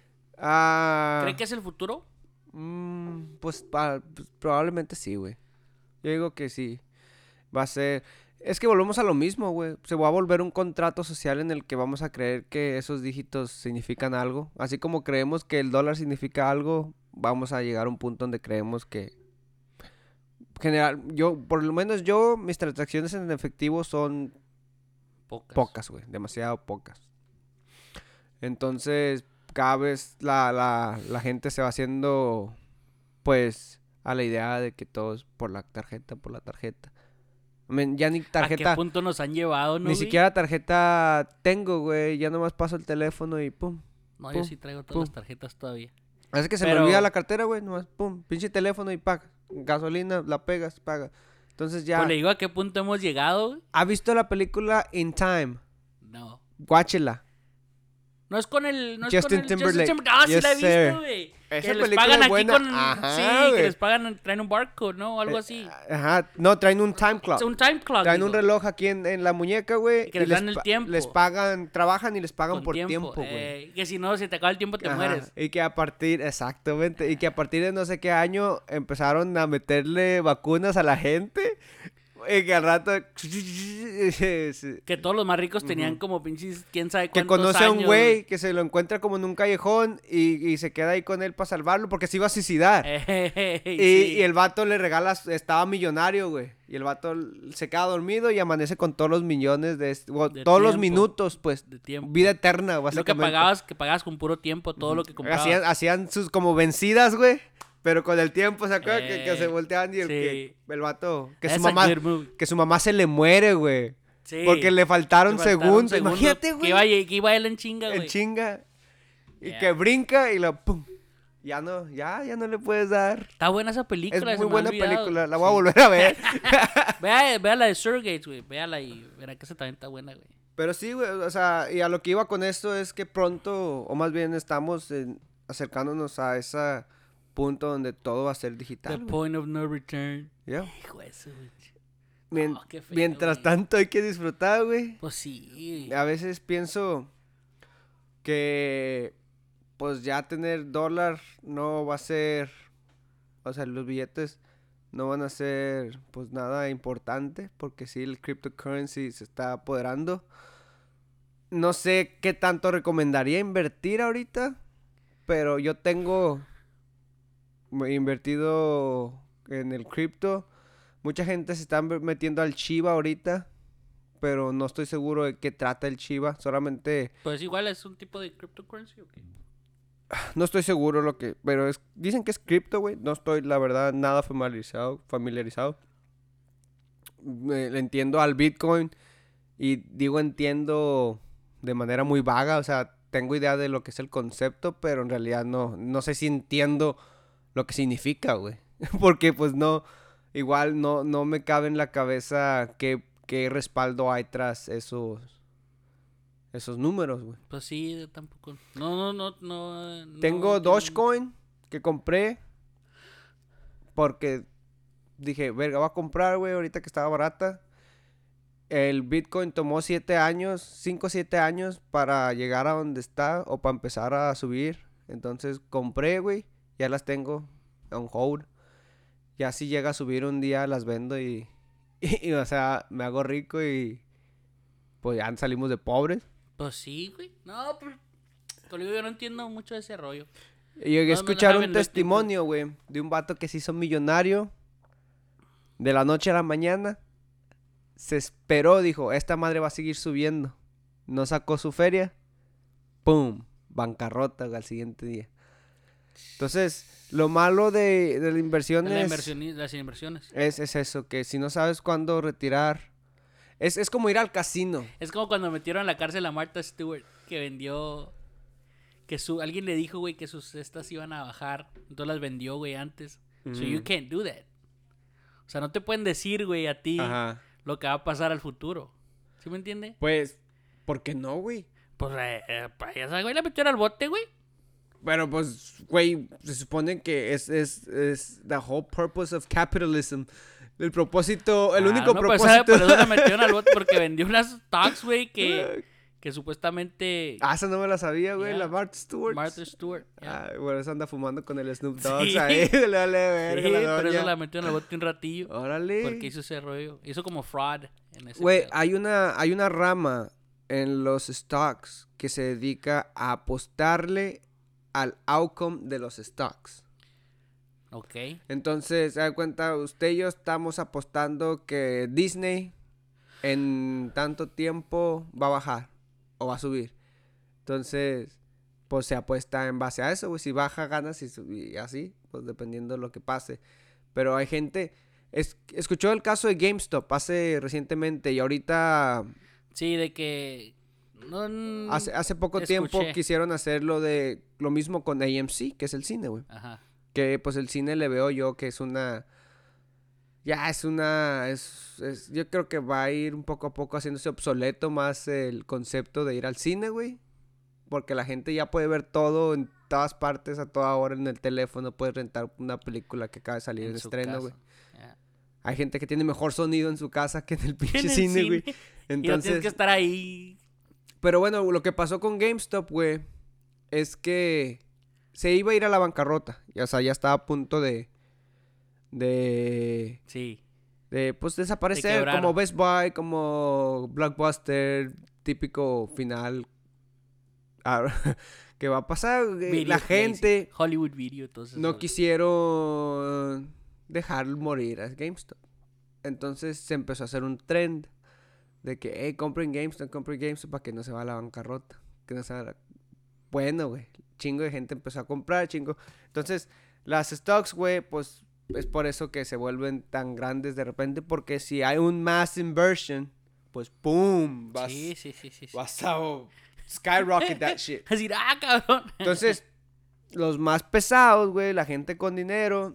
Ah, ¿Cree que es el futuro? mm, pues, pa- pues, probablemente sí, güey. Yo digo que sí. Va a ser... Es que volvemos a lo mismo, güey. Se va a volver un contrato social en el que vamos a creer que esos dígitos significan algo. Así como creemos que el dólar significa algo, vamos a llegar a un punto donde creemos que... General, yo, por lo menos yo, mis transacciones en efectivo son Pocas. pocas, güey. Demasiado pocas. Entonces, cada vez la, la, la gente se va haciendo, pues, a la idea de que todo es por la tarjeta, por la tarjeta. I mean, ya ni ¿A qué tarjeta, punto nos han llevado, no, ni güey? siquiera tarjeta tengo, güey. Ya nomás paso el teléfono y pum. No, yo pum, sí traigo todas pum. las tarjetas todavía. Así que se Pero- me olvida la cartera, güey. Nomás pum, pinche teléfono y paga. Gasolina, la pegas, paga. Entonces ya... Pues le digo a qué punto hemos llegado, güey. ¿Ha visto la película In Time? No. Guáchela. No es con el... No es Justin con el Timberlake. Justin Timberlake. Ah, sí Yes, la he sir. visto, güey. Esa Que les película pagan es aquí buena. con... Ajá, sí, güey. que les pagan... Traen un barco, ¿no? O algo así. Ajá. No, traen un time clock. Es un time clock, Traen digo. un reloj aquí en, en la muñeca, güey. Y que les dan el pa- tiempo. Les pagan, trabajan y les pagan Con por tiempo, güey. eh, que si no, si te acaba el tiempo, te Ajá, mueres. Y que a partir, exactamente, y que a partir de no sé qué año empezaron a meterle vacunas a la gente. Y que al rato... Que todos los más ricos tenían como pinches... ¿Quién sabe Que cuántos conoce a un años, güey que se lo encuentra como en un callejón y, y se queda ahí con él para salvarlo porque se iba a suicidar. Ey, Y, sí. y el vato le regala, estaba millonario, güey. Y el vato se queda dormido y amanece con todos los millones de, este- o De todos los tiempo. minutos, pues. De tiempo. Vida eterna, Lo que básicamente. pagabas, que pagabas con puro tiempo, todo lo que comprabas. Hacían, hacían sus como vencidas, güey. Pero con el tiempo, ¿se acuerdan? que, que Eh, se volteaban y el, sí. que, el vato... Que su, That's a mamá, good move. que su mamá se le muere, güey. Sí. Porque le faltaron, Que faltaron segundos. segundos, Imagínate, Que güey. iba, que iba él en chinga, En güey. chinga. Y Yeah. que brinca y lo... Pum. Ya no, ya, ya no le puedes dar. Está buena esa película. Es se muy me ha buena olvidado. película. La voy a Sí. volver a ver. Vea, vea la de Surrogates, güey. Véala y verá que esa también está buena, güey. Pero sí, güey, o sea, y a lo que iba con esto es que pronto, o más bien estamos en- acercándonos a ese punto donde todo va a ser The digital. güey. point of no return. Ya. Hijo de su... Mien- Oh, qué feo, mientras güey. tanto hay que disfrutar, güey. Pues sí. A veces pienso que pues ya tener dólar no va a ser, o sea, los billetes no van a ser pues nada importante porque sí el cryptocurrency se está apoderando. No sé qué tanto recomendaría invertir ahorita, pero yo tengo invertido en el cripto. Mucha gente se está metiendo al Shiba ahorita, pero no estoy seguro de qué trata el Shiba. Solamente Pues igual es un tipo de cryptocurrency, ¿o qué? no estoy seguro lo que, pero es, dicen que es cripto, güey. No estoy, la verdad, nada familiarizado, familiarizado. Me- le entiendo al Bitcoin y digo entiendo de manera muy vaga, o sea, tengo idea de lo que es el concepto, pero en realidad no, no sé si entiendo lo que significa, güey. Porque pues no, igual no, no me cabe en la cabeza qué, qué respaldo hay tras esos, esos números, güey. Pues sí, yo tampoco. No, no, no, no. no Tengo no, Dogecoin que compré porque dije, verga, voy a comprar, güey, ahorita que estaba barata. El Bitcoin tomó siete años, cinco o siete años para llegar a donde está o para empezar a subir. Entonces compré, güey, ya las tengo on hold. Ya si llega a subir un día las vendo y, y, y, o sea, me hago rico y pues ya salimos de pobres. Pues sí, güey. No, pues, te digo, yo no entiendo mucho de ese rollo. Y llegué No, a escuchar no, un testimonio, güey, de un vato que se hizo millonario de la noche a la mañana. Se esperó, dijo, esta madre va a seguir subiendo. No sacó su feria. ¡Pum! Bancarrota al siguiente día. Entonces, lo malo de, de la inversión La es, inversión, las inversiones. es... Es eso, que si no sabes cuándo retirar... Es, es como ir al casino. Es como cuando metieron a la cárcel a Martha Stewart, que vendió... Que su, alguien le dijo, güey, que sus cestas iban a bajar. Entonces las vendió, güey, antes. Mm. So you can't do that. O sea, no te pueden decir, güey, a ti... Ajá. Lo que va a pasar al futuro. ¿Sí me entiende? Pues, ¿por qué no, güey? Pues, eh, eh, esa güey la metieron al bote, güey. Bueno, pues, güey, se supone que es, es, es the whole purpose of capitalism. El propósito, el ah, único no, propósito... Pues, por eso la metieron al bote, porque vendió unas stocks, güey, que... Que supuestamente... Ah, esa no me la sabía, güey, yeah. La Martha Stewart. Martha Stewart, yeah. Ah, bueno, esa anda fumando con el Snoop Dogg sí. Ahí. Le vale verga sí, la pero eso la metió en el bote un ratillo. Órale. Porque hizo ese rollo. Hizo como fraud en ese güey, hay una, hay una rama en los stocks que se dedica a apostarle al outcome de los stocks. Ok. Entonces, se da cuenta, usted y yo estamos apostando que Disney en tanto tiempo va a bajar. O va a subir. Entonces, pues se apuesta en base a eso, güey. Si baja, ganas y, y así, pues dependiendo de lo que pase. Pero hay gente... Es, escuchó el caso de GameStop hace recientemente y ahorita... Sí, de que... No, hace, hace poco escuché. tiempo quisieron hacer lo de... Lo mismo con A M C, que es el cine, güey. Ajá. Que pues el cine le veo yo que es una... Ya, es una... Es, es, yo creo que va a ir un poco a poco haciéndose obsoleto más el concepto de ir al cine, güey. Porque la gente ya puede ver todo en todas partes, a toda hora en el teléfono. Puedes rentar una película que acaba de salir en, en estreno, güey. Yeah. Hay gente que tiene mejor sonido en su casa que en el pinche cine, güey. Entonces... Y no tienes que estar ahí. Pero bueno, lo que pasó con GameStop, güey, es que se iba a ir a la bancarrota. O sea, ya estaba a punto de... De... Sí. De, pues, desaparecer. De como Best Buy, como Blockbuster. Típico final. Ah, ¿qué va a pasar? Video la gente... Place, Hollywood Video. Entonces, no quisieron dejar morir a GameStop. Entonces, se empezó a hacer un trend. De que, hey, compren GameStop, compren GameStop para que no se vaya a la bancarrota. Que no se vaya a la... Bueno, güey. Chingo de gente empezó a comprar, chingo. Entonces, las stocks, güey, pues... Es por eso que se vuelven tan grandes de repente, porque si hay un mass inversion, pues ¡pum! Vas, sí, sí, sí, sí, sí. Vas a skyrocket that shit. Así, ¡ah, cabrón! Entonces, los más pesados, güey, la gente con dinero,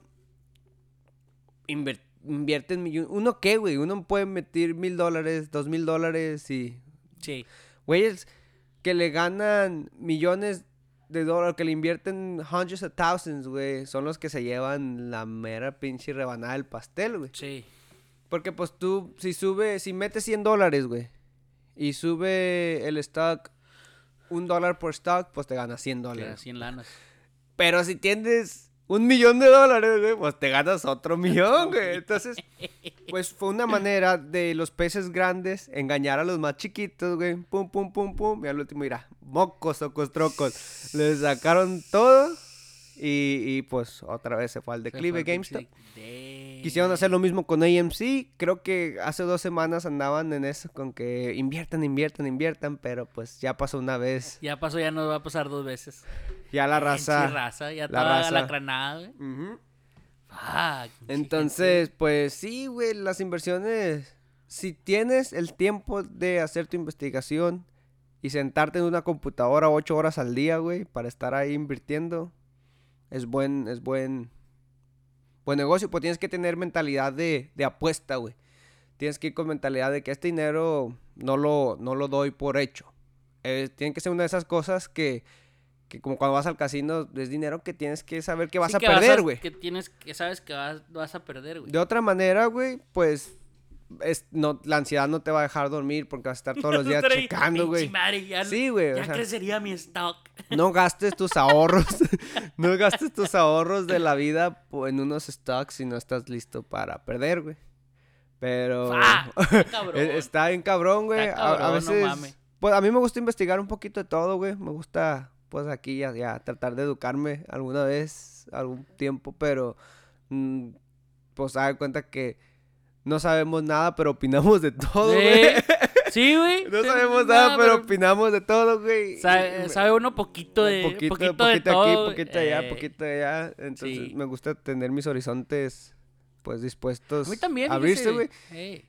inver- invierten millones. ¿Uno qué, güey? Uno puede meter mil dólares, dos mil dólares y... Sí. Güeyes que le ganan millones de dólares, que le invierten hundreds of thousands, güey, son los que se llevan la mera pinche rebanada del pastel, güey. Sí. Porque, pues, tú, si sube, si metes cien dólares, güey, y sube el stock un dólar por stock, pues te ganas cien dólares. Te cien lanas. Pero si tienes un millón de dólares, güey, pues te ganas otro millón, güey. Entonces, pues fue una manera de los peces grandes engañar a los más chiquitos, güey. Pum, pum, pum, pum. Y al último, mira, mocos, ocos, trocos. Les sacaron todo y, y pues otra vez se fue al declive GameStop. Quisieron hacer lo mismo con A M C. Creo que hace dos semanas andaban en eso, con que inviertan, inviertan, inviertan, pero pues ya pasó una vez. Ya pasó, ya no va a pasar dos veces. Ya la raza. Sí, raza, ya la estaba raza. La granada, güey. Uh-huh. Ah, entonces, pues sí, güey, las inversiones, si tienes el tiempo de hacer tu investigación y sentarte en una computadora ocho horas al día, güey, para estar ahí invirtiendo, es buen, es buen, buen negocio. Pues tienes que tener mentalidad de, de apuesta, güey. Tienes que ir con mentalidad de que este dinero no lo, no lo doy por hecho. Eh, tiene que ser una de esas cosas que, que como cuando vas al casino, es dinero que tienes que saber que vas Sí, a que perder, güey. Que tienes, que sabes que vas, vas a perder, güey. De otra manera, güey, pues... Es, no, la ansiedad no te va a dejar dormir porque vas a estar todos los días checando, güey. Sí, güey. Ya o sea, crecería mi stock. No gastes tus ahorros. No gastes tus ahorros de la vida en unos stocks si no estás listo para perder, güey. Pero... Ah, está cabrón. Está bien cabrón, güey. Está cabrón, a, a veces... no mames. Pues a mí me gusta investigar un poquito de todo, güey. Me gusta, pues aquí ya, ya tratar de educarme alguna vez, algún tiempo, pero... Mmm, pues se da cuenta que... No sabemos nada, pero opinamos de todo, güey. ¿Eh? Sí, güey. No sí, sabemos nada, nada, pero opinamos de todo, güey. Sabe, sabe uno poquito de... Poquito, poquito, poquito de aquí, todo. poquito allá, eh, poquito allá. Entonces sí. me gusta tener mis horizontes, pues, dispuestos A mí también, a abrirse, güey. Eh.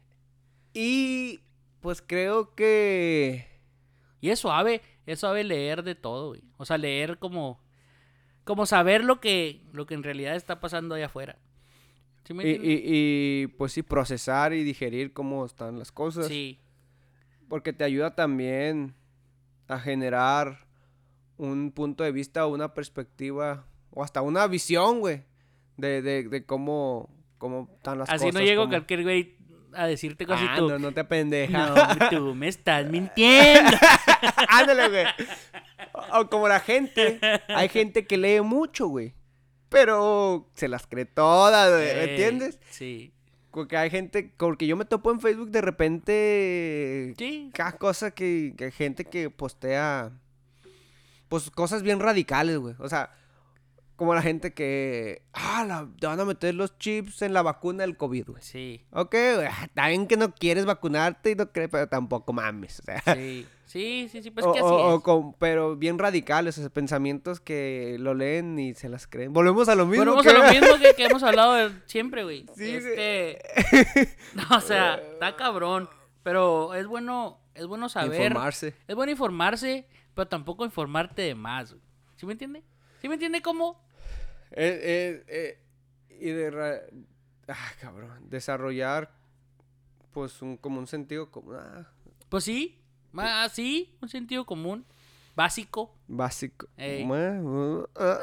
Y, pues, creo que... Y es suave, es suave leer de todo, güey. O sea, leer como... Como saber lo que, lo que en realidad está pasando allá afuera. ¿Sí me Y, entiendes? y, y, pues sí, procesar y digerir cómo están las cosas. Sí. Porque te ayuda también a generar un punto de vista o una perspectiva o hasta una visión, güey, de, de, de cómo, cómo están las Así cosas. no llego cómo... cualquier güey a decirte casi ah, tú. no, no te pendeja. No, tú me estás mintiendo. Ándale, güey. O, o como la gente, hay gente que lee mucho, güey. Pero se las cree todas, güey, ¿me Eh, entiendes? Sí. Porque hay gente, porque yo me topo en Facebook de repente Sí. cada cosa que, que hay gente que postea, pues cosas bien radicales, güey. O sea, como la gente que, ah, la, te van a meter los chips en la vacuna del COVID, güey. Sí. Ok, güey, está bien que no quieres vacunarte y no crees, pero tampoco mames, o sea. Sí. Sí, sí, sí, pues o, que así o- o es. con- pero bien radicales, o sea, pensamientos que lo leen y se las creen. Volvemos a lo mismo. Volvemos que... a lo mismo que, que hemos hablado de siempre, güey. Sí, este... No, o sea, está cabrón. Pero es bueno, es bueno saber. Informarse. Es bueno informarse, pero tampoco informarte de más, güey. ¿Sí me entiende? ¿Sí me entiende cómo? Eh, eh, eh, y de... ra- Ah, cabrón. Desarrollar, pues, un, como un sentido como... ah, Pues sí, más sí, un sentido común, básico. básico. Ey. Bueno, uh, ah.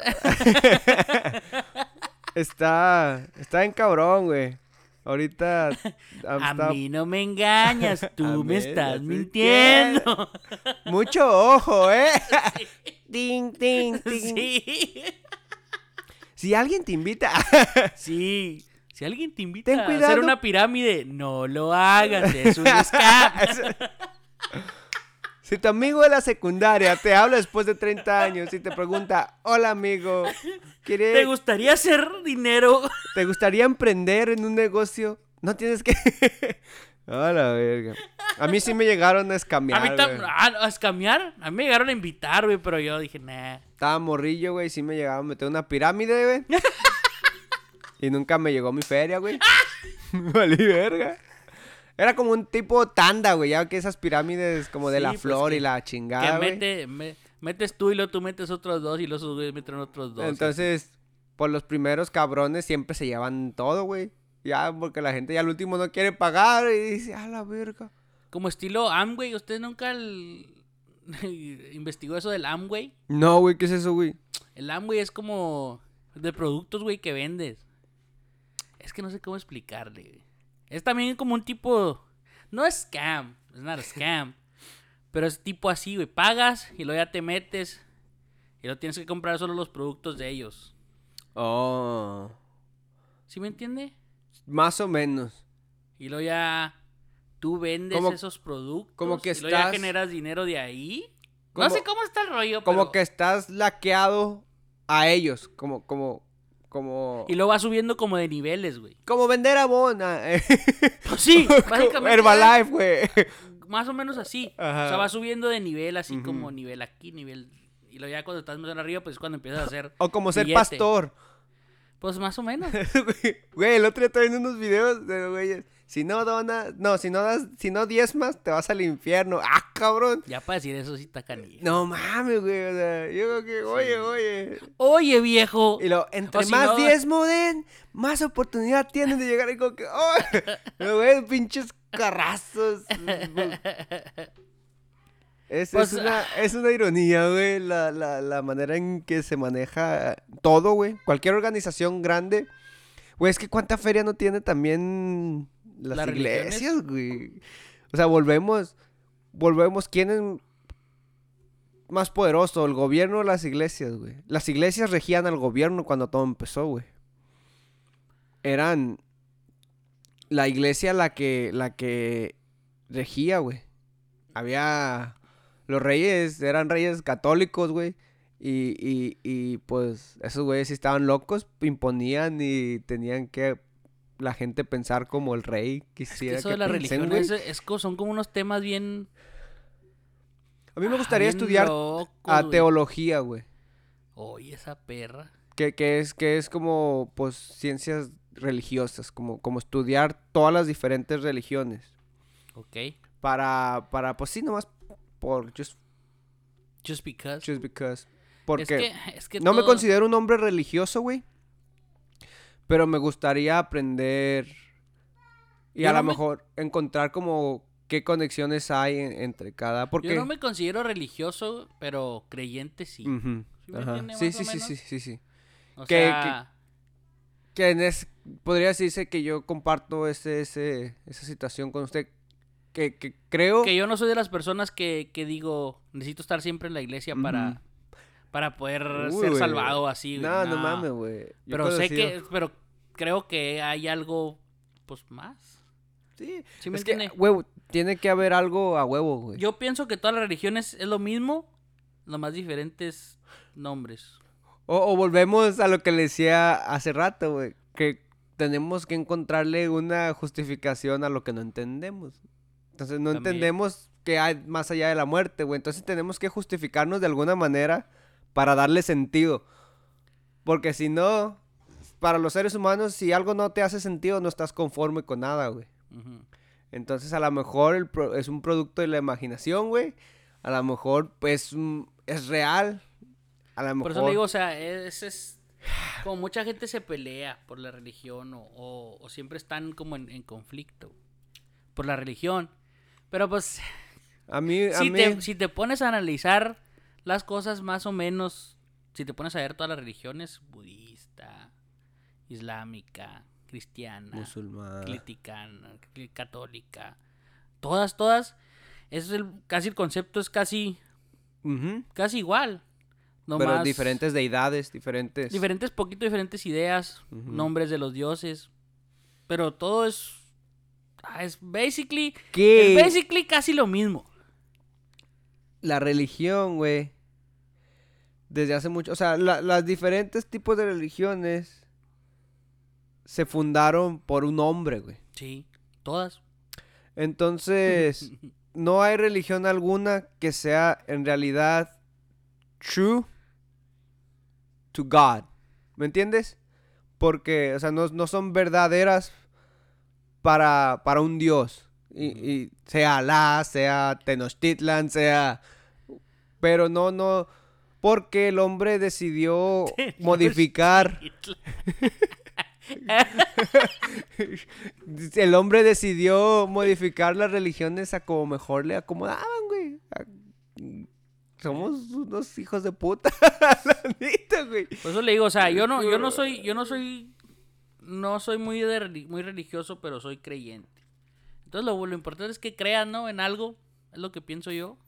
está... Está en cabrón, güey. Ahorita... A está- mí no me engañas, A tú mí me estás no te mintiendo. Mucho ojo, ¿eh? Ting, ting, ting. Sí. Si alguien te invita... Sí. Si alguien te invita Ten a cuidado. hacer una pirámide, no lo hagas, es un scam. Si tu amigo de la secundaria te habla después de treinta años y te pregunta, hola amigo, ¿quieres, ¿Te gustaría hacer dinero? ¿te gustaría emprender en un negocio? No tienes que... A la verga. A mí sí me llegaron a escamear, A mí güey. también, a escamear, a mí me llegaron a invitar, güey, pero yo dije, nah. Estaba morrillo, güey, sí me llegaron a meter una pirámide, güey. Y nunca me llegó mi feria, güey. Valí verga. Era como un tipo tanda, güey, ya que esas pirámides como de Sí, la pues flor que- y la Que chingada, güey. mete, me- metes tú y luego tú metes otros dos y los otros güeyes meten otros dos. Entonces, por los primeros cabrones siempre se llevan todo, güey. Ya, porque la gente ya al último no quiere pagar y dice, a la verga. Como estilo Amway, ¿usted nunca el- investigó eso del Amway? No, güey, ¿qué es eso, güey? El Amway es como de productos, güey, que vendes. Es que no sé cómo explicarle, güey. Es también como un tipo... No es scam, es not a scam. Pero es tipo así, güey. Pagas y luego ya te metes y luego tienes que comprar solo los productos de ellos. Oh, ¿Sí me entiende? más o menos. Y luego ya tú vendes Como- esos productos. como que y luego ya estás- generas dinero de ahí. No Como- sé cómo está el rollo, Como pero... que estás laqueado a ellos, como, como, como... Y luego va subiendo como de niveles, güey. Como vender abona. Pues sí, básicamente. Herbalife, güey. Más o menos así. Ajá. O sea, va subiendo de nivel, así Ujú. como nivel aquí, nivel... Y luego ya cuando estás más arriba, pues es cuando empiezas a hacer... O como ser billete. pastor. Pues más o menos. Güey, el otro día estaba viendo unos videos de güeyes. Si no donas, no, si no das, si no diezmas, te vas al infierno. ¡Ah, cabrón! Ya para decir eso sí está canilla. No mames, güey. O sea, yo creo que, oye, oye. Oye, viejo. Y lo, entre O si más no- diezmo den, más oportunidad tienen de llegar. Y como que, ¡oh! Pero, güey, pinches carrazos. Es, Pues, es, una, es una ironía, güey, la, la, la manera en que se maneja todo, güey. Cualquier organización grande. Güey, es que cuánta feria no tiene también las, ¿Las iglesias, güey. O sea, volvemos, volvemos, ¿quién es más poderoso, el gobierno o las iglesias, güey? Las iglesias regían al gobierno cuando todo empezó, güey. Eran la iglesia la que, la que regía, güey. Había... Los reyes eran reyes católicos, güey. Y, y, y pues esos güeyes si estaban locos, imponían y tenían que la gente pensar como el rey quisiera. Es que eso que de la piensen, religión güey. es, es co- son como unos temas bien... A mí me ah, gustaría bien estudiar locos, a güey. teología, güey. Oye, esa perra. Que, que es, que es como, pues, ciencias religiosas. Como, como estudiar todas las diferentes religiones. Ok. Para, para, pues sí, nomás por just, Just because. just because. es Porque que, es que no me todo- considero un hombre religioso, güey. Pero me gustaría aprender y Yo a no lo me- mejor encontrar como qué conexiones hay en- entre cada. Porque... Yo no me considero religioso, pero creyente sí. Ujú, ¿Sí me ajá. entiende, Sí, más sí, o sí, menos? sí, sí, sí. O Que- sea, Que en es, podría decirse que yo comparto ese, ese, esa situación con usted. Que, que creo... que yo no soy de las personas que, que digo, necesito estar siempre en la iglesia Ujú. para, para poder Uy, ser güey. salvado así, güey. No, no No. mames, güey. Yo he Pero sé conocido- que, pero creo que hay algo, pues, más. Sí, ¿Sí me es que, entiende? huevo, tiene que haber algo a huevo, güey. Yo pienso que todas las religiones es lo mismo, nomás diferentes nombres. O, o volvemos a lo que le decía hace rato, güey. Que tenemos que encontrarle una justificación a lo que no entendemos. Entonces no También. entendemos qué hay más allá de la muerte, güey. Entonces tenemos que justificarnos de alguna manera para darle sentido. Porque si no, para los seres humanos, si algo no te hace sentido, no estás conforme con nada, güey. Ujú. Entonces a lo mejor el pro- es un producto de la imaginación, güey. A lo mejor, pues, mm, es real. A lo Por mejor... eso le digo, o sea, es, es como mucha gente se pelea por la religión o, o- o siempre están como en, en conflicto por la religión. Pero pues, A mí, a si mí... te, si te pones a analizar las cosas más o menos, si te pones a ver todas las religiones, budista, islámica, cristiana, Musulmán. criticana, cli- católica, todas, todas, eso es el, casi el concepto es casi, Ujú. casi igual. Pero Nomás diferentes deidades, diferentes... diferentes, poquito diferentes ideas, Ujú. nombres de los dioses, pero todo es, ah, es basically, ¿Qué? es basically casi lo mismo. La religión, güey. Desde hace mucho... O sea, la- las diferentes tipos de religiones se fundaron por un hombre, güey. Sí, todas. Entonces, no hay religión alguna que sea en realidad true to God. ¿Me entiendes? Porque, o sea, no, no son verdaderas para, para un Dios. Y, y sea Alá, sea Tenochtitlan, sea... Pero no, no... Porque el hombre decidió modificar... El hombre decidió modificar las religiones a como mejor le acomodaban, güey. A- Somos unos hijos de puta, la neta, güey. Por eso le digo, o sea, yo no, yo no soy, yo no soy, no soy muy de reli- muy religioso, pero soy creyente. Entonces lo, lo importante es que creas, ¿no? En algo, es lo que pienso yo.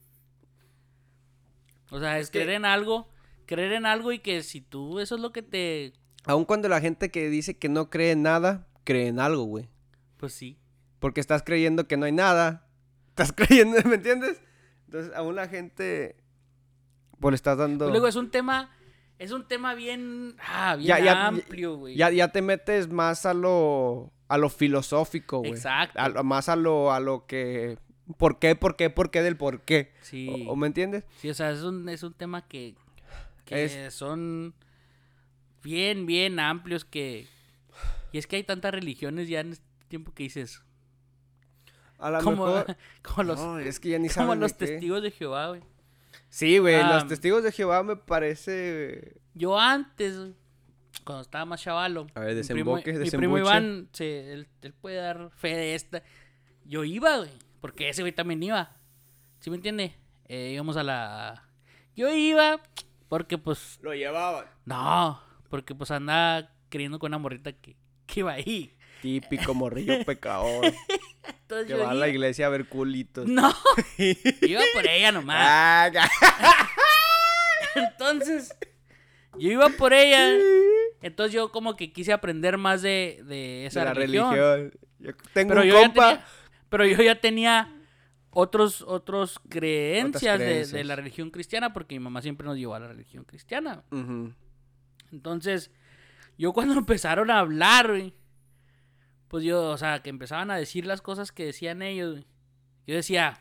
O sea, es, Es que- creer en algo, creer en algo y que si tú, eso es lo que te, Aun cuando la gente que dice que no cree en nada, cree en algo, güey. pues sí. Porque estás creyendo que no hay nada. Estás creyendo, ¿me entiendes? Entonces, aún la gente... Pues le estás dando... Pues luego es un tema, es un tema bien, ah, bien Ya- ya- amplio, güey. Ya, ya te metes más a lo... A lo filosófico, güey. Exacto. A lo- más a lo, a lo que... ¿Por qué, por qué, por qué del por qué? Sí. ¿O, o me entiendes? Sí, o sea, es un, es un tema que, que Es- son bien, bien amplios que... Y es que hay tantas religiones ya en este tiempo que dices... A lo Como, mejor... como los, No, es que ya ni como saben de los qué. testigos de Jehová, güey. Sí, güey, Ah, los testigos de Jehová me parece... Yo antes, güey, cuando estaba más chavalo... A ver, mi primo- desemboque, Mi primo desembuche. Iván, se, él, él puede dar fe de esta. Yo iba, güey, porque ese güey también iba. ¿Sí me entiende? Eh, íbamos a la... Yo iba porque pues... Lo llevaban. No, porque pues andaba queriendo con una morrita que, que iba ahí. Típico morrillo pecador. Entonces Que yo va a la iba- iglesia a ver culitos. No, iba por ella nomás. Ah, ca- Entonces, yo iba por ella. Entonces yo como que quise aprender más de, de esa de la religión. religión. Yo tengo Pero un yo, ya compa. tenía, pero yo ya tenía otros, otros creencias, de- De, creencias. la religión cristiana, porque mi mamá siempre nos llevó a la religión cristiana. Ujú. Entonces, yo cuando empezaron a hablar, güey, pues yo, o sea, que empezaban a decir las cosas que decían ellos, güey, yo decía,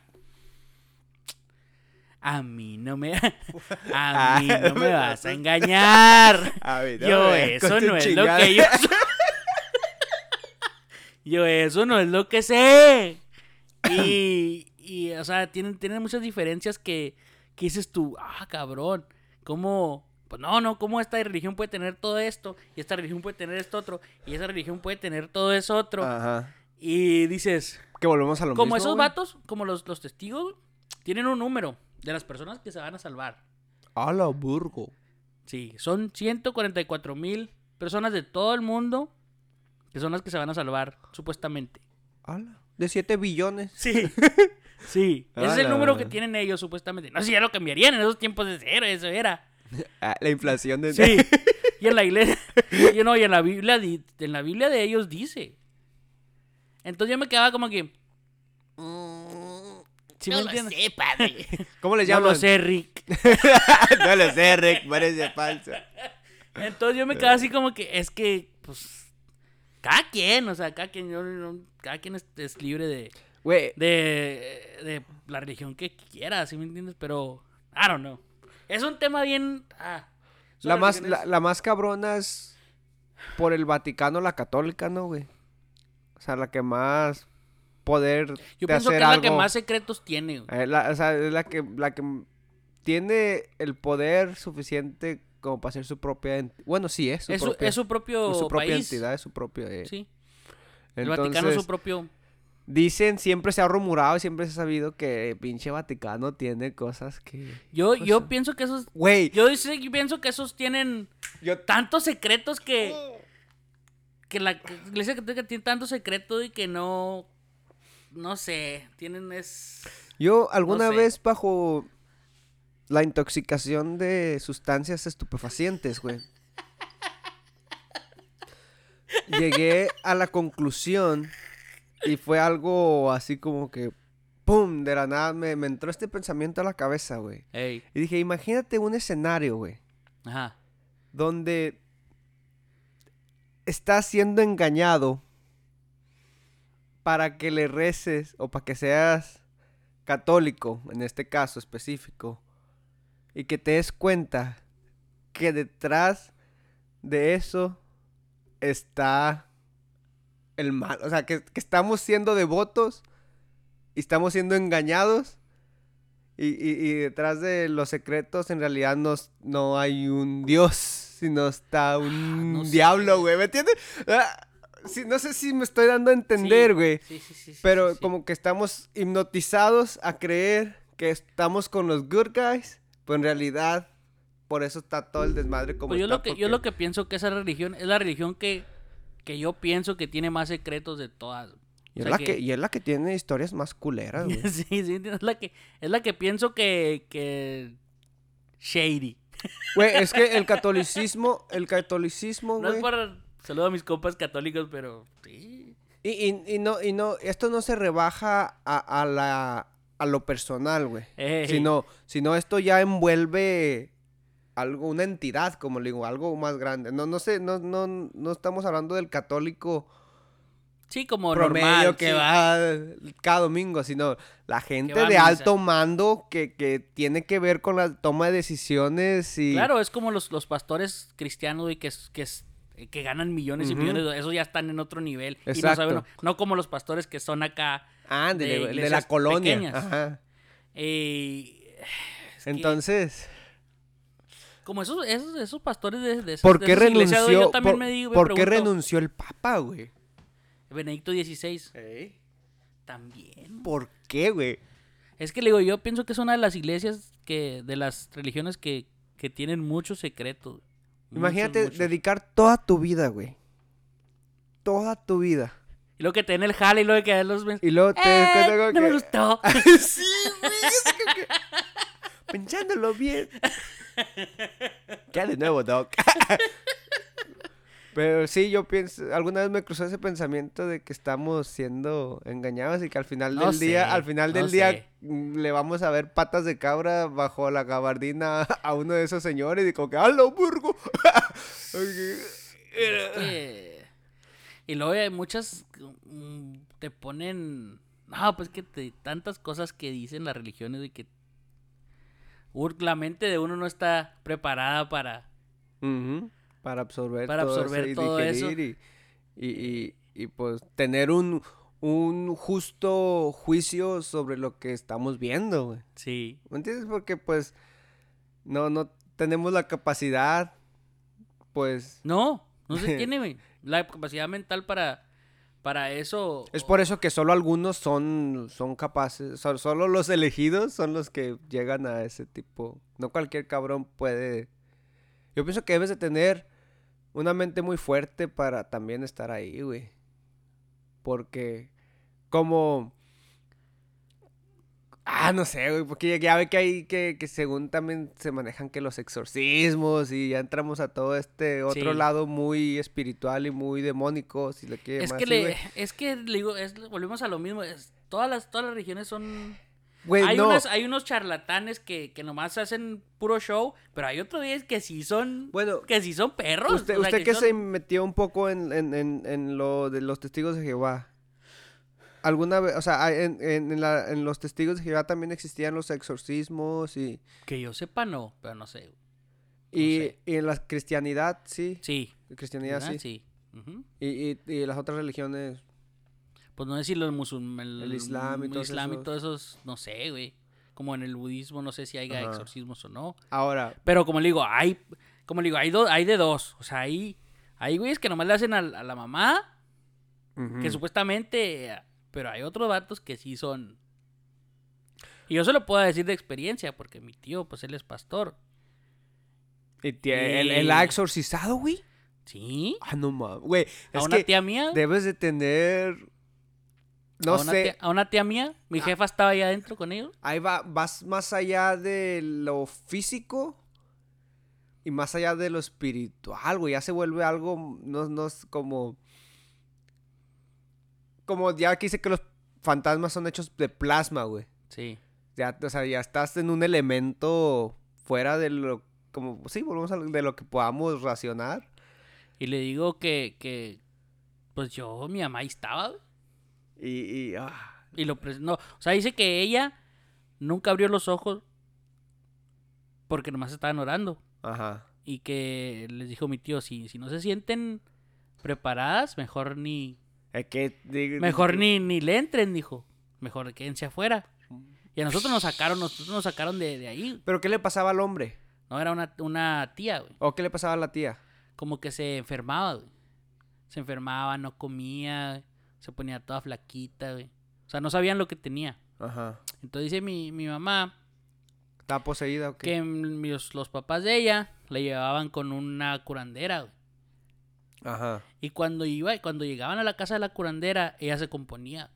a mí no me, a mí no me vas a engañar. A ver, no Yo, me vengas eso con tu no es lo chingada. que yo soy. Yo, eso no es lo que sé. Y, y o sea, tienen, tienen muchas diferencias que, que dices tú, ah, cabrón, ¿cómo? Pues no, no, ¿cómo esta religión puede tener todo esto? Y esta religión puede tener esto otro. Y esa religión puede tener todo eso otro. Ajá. Y dices, Que volvemos a lo como mismo. esos güey. vatos, como los, los testigos, tienen un número de las personas que se van a salvar. A la burgo. Sí, son ciento cuarenta y cuatro mil personas de todo el mundo que son las que se van a salvar, supuestamente. Ala. De siete billones. Sí, sí. Ese Ah, es el la número verdad. que tienen ellos, supuestamente. No sé si ya lo cambiarían en esos tiempos de cero, eso era. Ah, la inflación de. Sí. Y en la iglesia, y no, y en la Biblia, di- en la Biblia de ellos dice. Entonces yo me quedaba como que... ¿Sí me entiendes? sé, padre. ¿Cómo le No llaman? lo sé, Rick. No lo sé, Rick. Parece falso. Entonces yo me quedaba así como que, es que, pues... Cada quien, o sea, cada quien, yo no- cada quien es, es libre de, Güey. de, de la religión que quiera, ¿sí me entiendes? Pero, I don't know. Es un tema bien... ah, son La las más, religiones- la, la más cabrona es por el Vaticano, la católica, ¿no, güey? O sea, la que más poder Yo de pienso que hacer es la algo. que más secretos tiene, güey. Eh, la- o sea, es la que, la que tiene el poder suficiente como para hacer su propia... ent- Bueno, sí, es su Es su, propia, es su propio es su propia país. entidad, es su propio... eh. Sí. El Vaticano es Entonces, su propio... dicen, siempre se ha rumorado y siempre se ha sabido que pinche Vaticano tiene cosas que... Yo, pues, yo pienso que esos... Güey, Yo dice- yo pienso que esos tienen yo... tantos secretos que... Que la iglesia católica tiene tantos secretos y que no... No sé, tienen es... Yo alguna sé. vez bajo la intoxicación de sustancias estupefacientes, güey, llegué a la conclusión y fue algo así como que, ¡pum! De la nada me, me entró este pensamiento a la cabeza, güey. Ey, Y dije, imagínate un escenario, güey, ajá. donde estás siendo engañado para que le reces o para que seas católico, en este caso específico, y que te des cuenta que detrás de eso está el mal. O sea, que, que estamos siendo devotos y estamos siendo engañados. Y, y, y detrás de los secretos en realidad no, no hay un Dios, sino está un no sé. diablo, güey. ¿Me entiendes? Ah, sí, no sé si me estoy dando a entender, Sí, güey. Sí, sí, sí, sí, Pero sí, sí. como que estamos hipnotizados a creer que estamos con los good guys, pero en realidad por eso está todo el desmadre como Pues yo está. lo que yo porque- lo que pienso que esa religión es la religión que, que yo pienso que tiene más secretos de todas. Y O es, sea la que... y es la que tiene historias más culeras, güey. sí, sí, es la que es la que pienso que que shady. Güey, es que el catolicismo, el catolicismo, No es güey. por saludo a mis compas católicos, pero sí. Y, y, y no, y no, esto no se rebaja a, a la, a lo personal, güey. Ey. Sino, sino esto ya envuelve algo, una entidad, como le digo, algo más grande. No, no sé, no, no, no estamos hablando del católico Sí, como promedio normal, que sí. va cada domingo, sino la gente va a de misa. alto mando que, que tiene que ver con la toma de decisiones y... Claro, es como los, los pastores cristianos y que es, que es que ganan millones y Ujú. millones, de- esos ya están en otro nivel. Y no, Exacto. saben, no, no como los pastores que son acá. Ándale, de güey, de, la iglesias colonia. pequeñas. Ajá. eh, es que Entonces, como esos, esos, esos pastores de, de esas, ¿por de qué esas iglesias, renunció? yo también por, me digo, me ¿por qué pregunto, renunció el Papa, güey? Benedicto dieciséis también. ¿Por qué, güey? Es que le digo, yo pienso que es una de las iglesias que, de las religiones que, que tienen muchos secretos. Imagínate Muchos, muchos. dedicar toda tu vida, güey. Toda tu vida. Y luego que te den el jale y luego que los ves. Y luego te ¡Eh! das cuenta como No me que- gustó. Sí, güey. Es como que- Pensándolo bien. Ya de nuevo, Doc. Pero sí, yo pienso, alguna vez me cruzó ese pensamiento de que estamos siendo engañados y que al final No del día, sé, al final no del día sé. mm, le vamos a ver patas de cabra bajo la gabardina a uno de esos señores y como que ¡hala, burgo! Es que- Y luego hay muchas. mm, Te ponen. No, pues que te, tantas cosas que dicen las religiones de que. ur- La mente de uno no está preparada para. Ujú, para absorber Para todo absorber eso y todo eso. digerir y, y, y, y, pues tener un, un justo juicio sobre lo que estamos viendo, güey. Sí. ¿Me entiendes? Porque pues no, no tenemos la capacidad, pues... No, no se tiene, güey. La capacidad mental para. Para eso. Es por eso que solo algunos son, son capaces, so- solo los elegidos son los que llegan a ese tipo. No cualquier cabrón puede... Yo pienso que debes de tener una mente muy fuerte para también estar ahí, güey. Porque como... Ah, no sé, güey, porque ya ve que hay que, que según también se manejan que los exorcismos y ya entramos a todo este otro Sí. lado muy espiritual y muy demónico, si le quiere Es más que así, le. güey. Es que le digo, es, volvemos a lo mismo. Es, todas las, todas las religiones son. Güey, Hay, no. unas, hay unos charlatanes que, que nomás hacen puro show, pero hay otros días que sí son. Bueno, Que sí son perros. Usted, o sea, usted que sí se son- metió un poco en, en, en, en lo de los testigos de Jehová. ¿Alguna vez, o sea, en, en, en la- en los testigos de Jehová también existían los exorcismos y, Que yo sepa, no, pero no sé. y, sé. y en la cristianidad, sí? Sí. En cristianidad, ¿Verdad? sí. Sí. Ujú. Y, y, y las otras religiones, Pues no decir los musulmanes. El islam y todos islam y esos. todos esos, no sé, güey. Como en el budismo, no sé si hay Ajá. exorcismos o no. ahora, Pero como le digo, hay. Como le digo, hay, do- hay de dos. O sea, hay. Hay güeyes que nomás le hacen a, a la mamá. ujú. Que supuestamente. Pero hay otros vatos que sí son. Y yo se lo puedo decir de experiencia, porque mi tío, pues él es pastor. Y tie- él, y- él ha exorcizado, güey. Sí. Ah, no mames, güey. A Es una que tía mía. debes de tener, no a una sé, tía- a una tía mía. Mi Ah. jefa estaba allá adentro con ellos. ahí va, vas más allá de lo físico y más allá de lo espiritual, güey. Ya se vuelve algo, no, no es como... Como ya que dice que los fantasmas son hechos de plasma, güey. Sí. Ya, o sea, ya estás en un elemento fuera de lo... Como, sí, volvemos a lo- de lo que podamos racionar. Y le digo que. que pues yo, mi mamá ahí estaba, güey. Y... y ah, Y lo pres- no, o sea, dice que ella nunca abrió los ojos porque nomás estaban orando. ajá. Y que les dijo mi tío, si, si no se sienten preparadas, mejor ni Es que... digo- mejor ni, ni le entren, dijo. Mejor quédense afuera. Y a nosotros nos sacaron, nosotros nos sacaron de, de ahí. ¿Pero qué le pasaba al hombre? No, era una, una tía, güey. ¿O qué le pasaba a la tía? Como que se enfermaba, güey. Se enfermaba, no comía, se ponía toda flaquita, güey. O sea, no sabían lo que tenía. Ajá. Entonces dice mi, mi mamá ¿Estaba poseída o qué? que mis- los papás de ella la llevaban con una curandera, güey. Ajá. Y cuando iba, cuando llegaban a la casa de la curandera, ella se componía.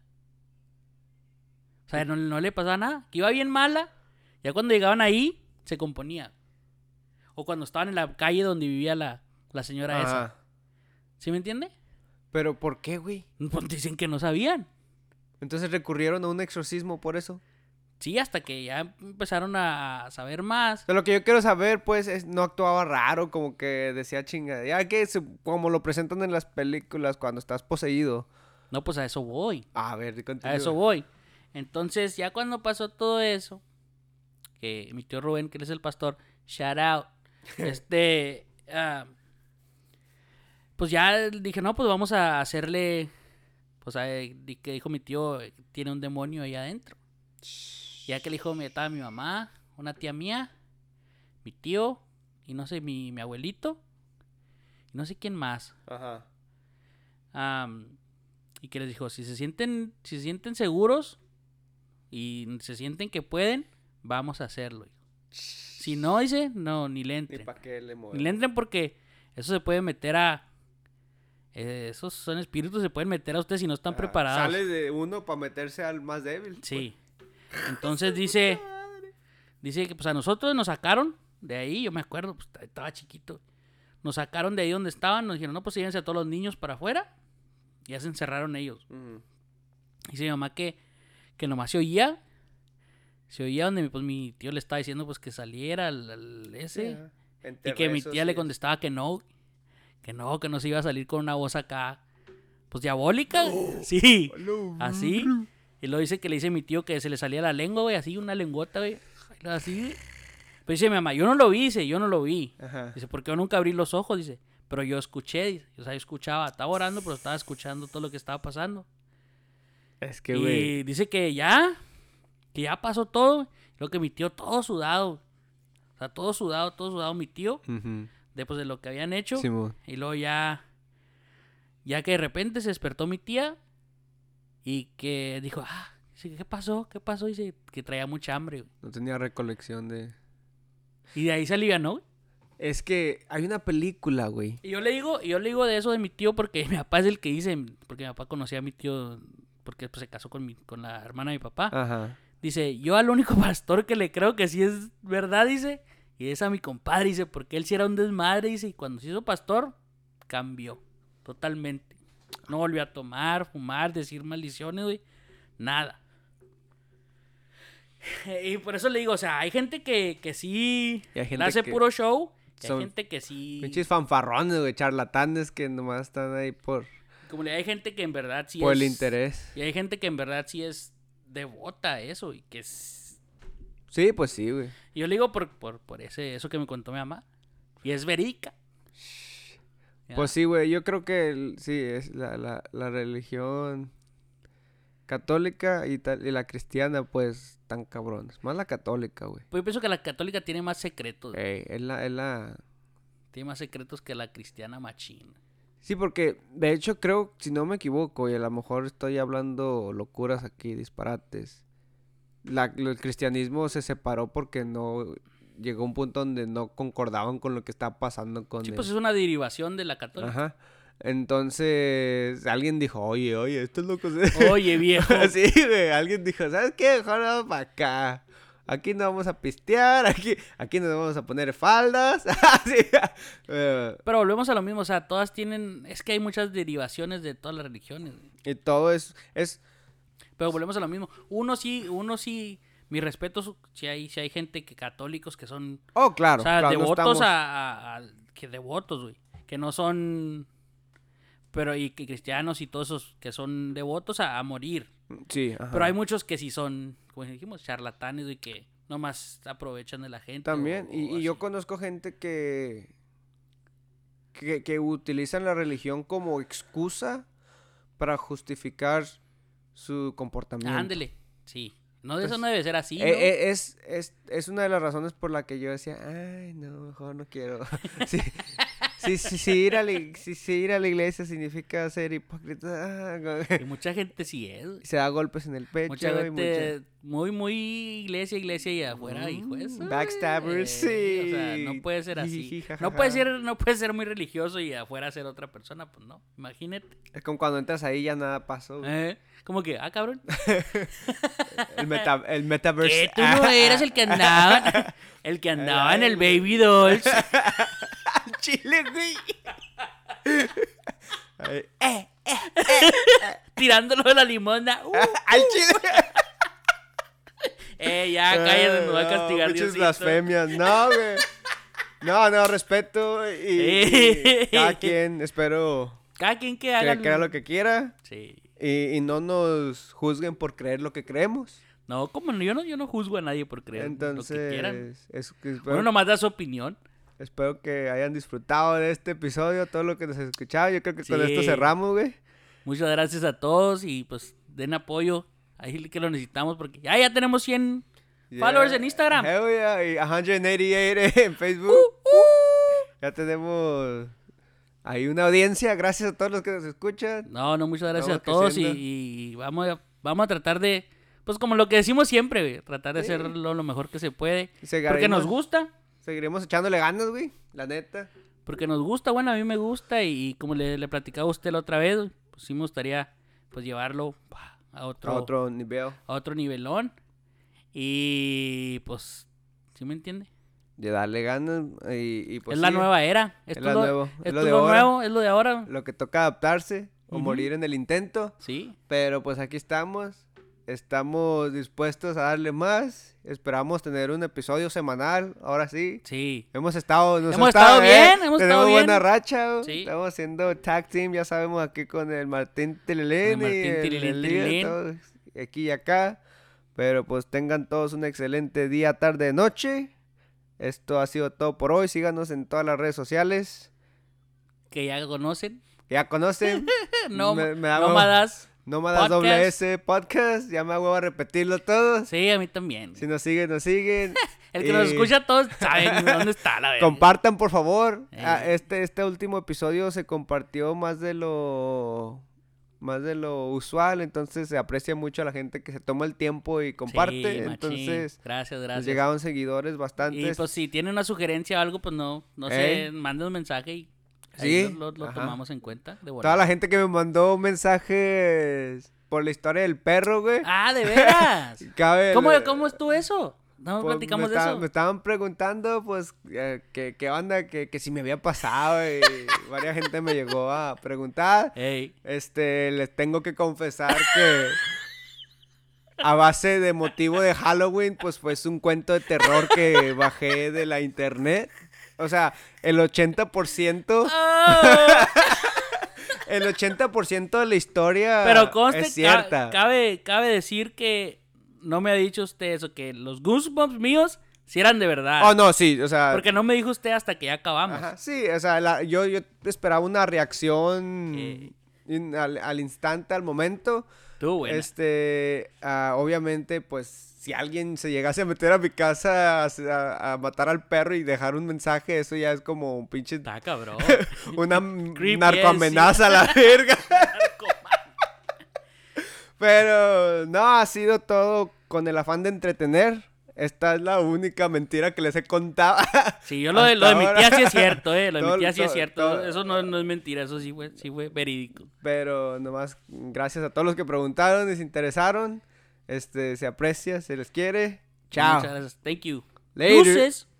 O sea, no, no le pasaba nada. Que iba bien mala. Ya cuando llegaban ahí, se componía. O cuando estaban en la calle donde vivía la, la señora esa. Ajá. ¿Sí me entiende? ¿Pero por qué, güey? Pues dicen que no sabían. Entonces recurrieron a un exorcismo por eso. Sí, hasta que ya empezaron a saber más. O sea, lo que yo quiero saber, pues, es no actuaba raro, como que decía chinga. Ya que se- como lo presentan en las películas cuando estás poseído. No, pues a eso voy. A ver, continúa. A eso voy. Entonces, ya cuando pasó todo eso, que mi tío Rubén, que él es el pastor, shout out, este, ah, pues ya dije, no, pues vamos a hacerle, pues a, di- que dijo mi tío, eh, tiene un demonio ahí adentro. Ya que le dijo, me estaba mi mamá, una tía mía, mi tío, y no sé, mi, mi abuelito, y no sé quién más. Ajá. Am, y que les dijo, si se sienten, si se sienten seguros, y se sienten que pueden, vamos a hacerlo. Si no, dice, no, ni le entren. Ni para qué le muevo. Ni le entren porque eso se puede meter a... Eh, esos son espíritus, se pueden meter a ustedes si no están Ah, preparados. Sale de uno para meterse al más débil. Sí. Entonces dice... Dice que pues a nosotros nos sacaron de ahí, yo me acuerdo, pues estaba chiquito. Nos sacaron de ahí donde estaban, nos dijeron, no, pues llévense a todos los niños para afuera. Y ya se encerraron ellos. Uh-huh. Dice mi mamá que, que nomás se oía. Se oía donde pues, mi tío le estaba diciendo pues que saliera al, al ese. Yeah. Y que mi tía sí le contestaba que no. Que no, que no se iba a salir con una voz acá. Pues diabólica. Oh, sí. Oh, así. Y luego dice que le dice a mi tío que se le salía la lengua, güey. Así, una lengüota, güey. Así. Pero dice mi mamá, yo no lo vi, dice, yo no lo vi. Ajá. Dice, porque yo nunca abrí los ojos, dice. Pero yo escuché, dice. O sea, yo escuchaba. Estaba orando, pero estaba escuchando todo lo que estaba pasando. Es que, güey. Y dice que ya. Que ya pasó todo. Luego que mi tío todo sudado. O sea, todo sudado, todo sudado mi tío. Uh-huh. Después de lo que habían hecho. Sí, y luego ya. Ya que de repente se despertó mi tía. Y que dijo, ah, ¿qué pasó? ¿Qué pasó? Dice que traía mucha hambre. Güey. No tenía recolección de... Y de ahí se alivianó, ¿no? Es que hay una película, güey. Y yo le digo, yo le digo de eso de mi tío porque mi papá es el que dice, porque mi papá conocía a mi tío, porque pues, se casó con mi, con la hermana de mi papá. Ajá. Dice, yo al único pastor que le creo que sí es verdad, dice, y es a mi compadre, dice, porque él sí era un desmadre, dice, y cuando se hizo pastor, cambió totalmente. No volvió a tomar, fumar, decir maldiciones, güey, nada. Y por eso le digo, o sea, hay gente que, que sí gente hace que puro show. Y hay gente que sí... Pinches fanfarrones, güey, charlatanes que nomás están ahí por... Como le hay gente que en verdad sí por es... Por el interés. Y hay gente que en verdad sí es devota a eso y que es... Sí, pues sí, güey. Y yo le digo por, por, por ese, eso que me contó mi mamá. Y es verídica. Pues sí, güey, yo creo que el, sí, es la, la, la religión católica y, tal, y la cristiana, pues, tan cabrones. Más la católica, güey. Pues yo pienso que la católica tiene más secretos. Ey, es la, es la... Tiene más secretos que la cristiana machín. Sí, porque, de hecho, creo, si no me equivoco, y a lo mejor estoy hablando locuras aquí, disparates. La, el cristianismo se separó porque no... Llegó un punto donde no concordaban con lo que estaba pasando con... Sí, el... pues es una derivación de la católica. Ajá. Entonces, alguien dijo, oye, oye, estos locos... Oye, viejo. Sí, güey, alguien dijo, ¿sabes qué? Mejor vamos para acá. Aquí no vamos a pistear, aquí, aquí nos vamos a poner faldas. Sí. uh, Pero volvemos a lo mismo, o sea, todas tienen... Es que hay muchas derivaciones de todas las religiones. Y todo es... es... Pero volvemos a lo mismo. Uno sí, uno sí... Mi respeto, si hay, si hay gente que católicos que son... Oh, claro. O sea, claro, devotos no estamos... a, a, a... Que devotos, güey. Que no son... Pero y que cristianos y todos esos que son devotos a, a morir. Sí, ajá. Pero hay muchos que sí son, como dijimos, charlatanes y que nomás aprovechan de la gente. También, o, y, o y yo conozco gente que, que... Que utilizan la religión como excusa para justificar su comportamiento. Ándele, sí. No, de eso no debe ser así, ¿no? Eh, es, es, es una de las razones por la que yo decía, ay, no, mejor no quiero. Sí, sí, sí, sí, ir a la, sí, sí, ir a la iglesia significa ser hipócrita. Y mucha gente sí es. Se da golpes en el pecho. Mucha gente, y mucha... muy, muy iglesia, iglesia y afuera, mm, hijo eso. Backstabbers, eh, sí. O sea, no puede ser así. No puede ser, no puede ser muy religioso y afuera ser otra persona, pues no, imagínate. Es como cuando entras ahí ya nada pasó. Eh, como que, ah, cabrón. el, meta, el metaverse. ¿Qué? Tú no eras el que andaba, el que andaba en el Baby Dolls. Al chile, güey. eh, eh, eh, eh. Tirándolo de la limona. Uh. Al chile. Eh, ya, cállate, me va a castigar Muchas Diosito. blasfemias. No, güey. No, no, respeto y, y cada quien, espero... Cada quien que haga... Que crea lo que quiera. Sí. Y, y no nos juzguen por creer lo que creemos. No, como no, yo no, yo no juzgo a nadie por creer Entonces, lo que quieran. Es, espero, Uno nomás da su opinión. Espero que hayan disfrutado de este episodio, todo lo que nos escuchado. Yo creo que sí. Con esto cerramos, güey. Muchas gracias a todos y pues den apoyo. Ahí que lo necesitamos porque ya, ya tenemos cien yeah. followers en Instagram. Hell yeah. Y ciento ochenta y ocho en Facebook. Uh, uh. Ya tenemos ahí una audiencia. Gracias a todos los que nos escuchan. No, no, muchas gracias vamos a todos y, y vamos, a, vamos a tratar de pues como lo que decimos siempre, güey, tratar de Sí. hacerlo lo mejor que se puede. Seguiremos, Porque nos gusta. Seguiremos echándole ganas, güey, la neta. Porque nos gusta, bueno, a mí me gusta y, y como le, le platicaba a usted la otra vez, pues sí me gustaría pues llevarlo pa, a otro, A otro nivel. a otro nivelón. Y pues, ¿sí me entiende? De darle ganas y, y pues es la sí, nueva era. es Esto la es lo, nuevo, es esto lo es de lo ahora. nuevo, es lo de ahora. Lo que toca adaptarse o Ujú. morir en el intento. Sí, Pero pues aquí estamos. Estamos dispuestos a darle más. Esperamos tener un episodio semanal. Ahora sí. sí. Hemos estado, nos Hemos ha estado bien, hemos tenemos estado buena bien. racha. ¿No? Sí. Estamos haciendo tag team, ya sabemos, aquí con el Martín Tililín Con el y Martín el Tililín, Elías, Tililín. todos aquí y acá. Pero pues tengan todos un excelente día, tarde, noche. Esto ha sido todo por hoy. Síganos en todas las redes sociales Que ya conocen. que ya conocen. No, Me- me hago- nómadas. Nómadas Podcast. doble S Podcast. Ya me hago a repetirlo todo. Sí, a mí también. Si nos siguen, nos siguen. El que nos Y escucha todos saben dónde está la verdad. Compartan, por favor. Eh. Ah, este, este último episodio se compartió más de lo más de lo usual, entonces se aprecia mucho a la gente que se toma el tiempo y comparte. Sí, machín. Entonces Gracias, nos gracias. llegaron seguidores Y bastantes. pues si tienen una sugerencia o algo, pues no, no Eh. sé, manden un mensaje y Sí, ahí lo, lo- lo ajá. tomamos en cuenta. De Toda volada. la gente que me mandó mensajes por la historia del perro, güey. Ah, ¿de veras? Cabe- ¿Cómo, ¿Cómo estuvo eso? No Pues, platicamos me de esta- eso. Me estaban preguntando, pues, eh, que- qué onda, que, que si me había pasado y varias gente me llegó a preguntar. Ey, Este, les tengo que confesar que a base de motivo de Halloween, pues fue un cuento de terror que bajé de la internet. O sea, el ochenta por ciento, ¡Ah! el ochenta por ciento de la historia Pero conste, es cierta. ca- cabe, cabe decir que no me ha dicho usted eso, que los Goosebumps míos sí eran de verdad. Oh, no, sí, o sea... Porque no me dijo usted hasta que ya acabamos. Ajá, sí, o sea, la- yo, yo esperaba una reacción Eh. in- al, al instante, al momento. Tú, bueno. Este, ah, obviamente, pues, si alguien se llegase a meter a mi casa a, a- a matar al perro y dejar un mensaje, eso ya es como un pinche, Está cabrón. una Creepy, narcoamenaza a la verga. Pero, no, ha sido todo con el afán de entretener. Esta es la única mentira que les he contado. Sí, yo lo de, lo de mi Hasta tía ahora. sí es cierto, eh. Lo de Todo- mi tía sí es todo- cierto. todo- Eso no, no es mentira, eso sí fue, sí fue verídico. Pero nomás gracias a todos los que preguntaron y se interesaron. Este, se aprecia, se les quiere. Chao. Muchas gracias. Thank you. Later. Deuces.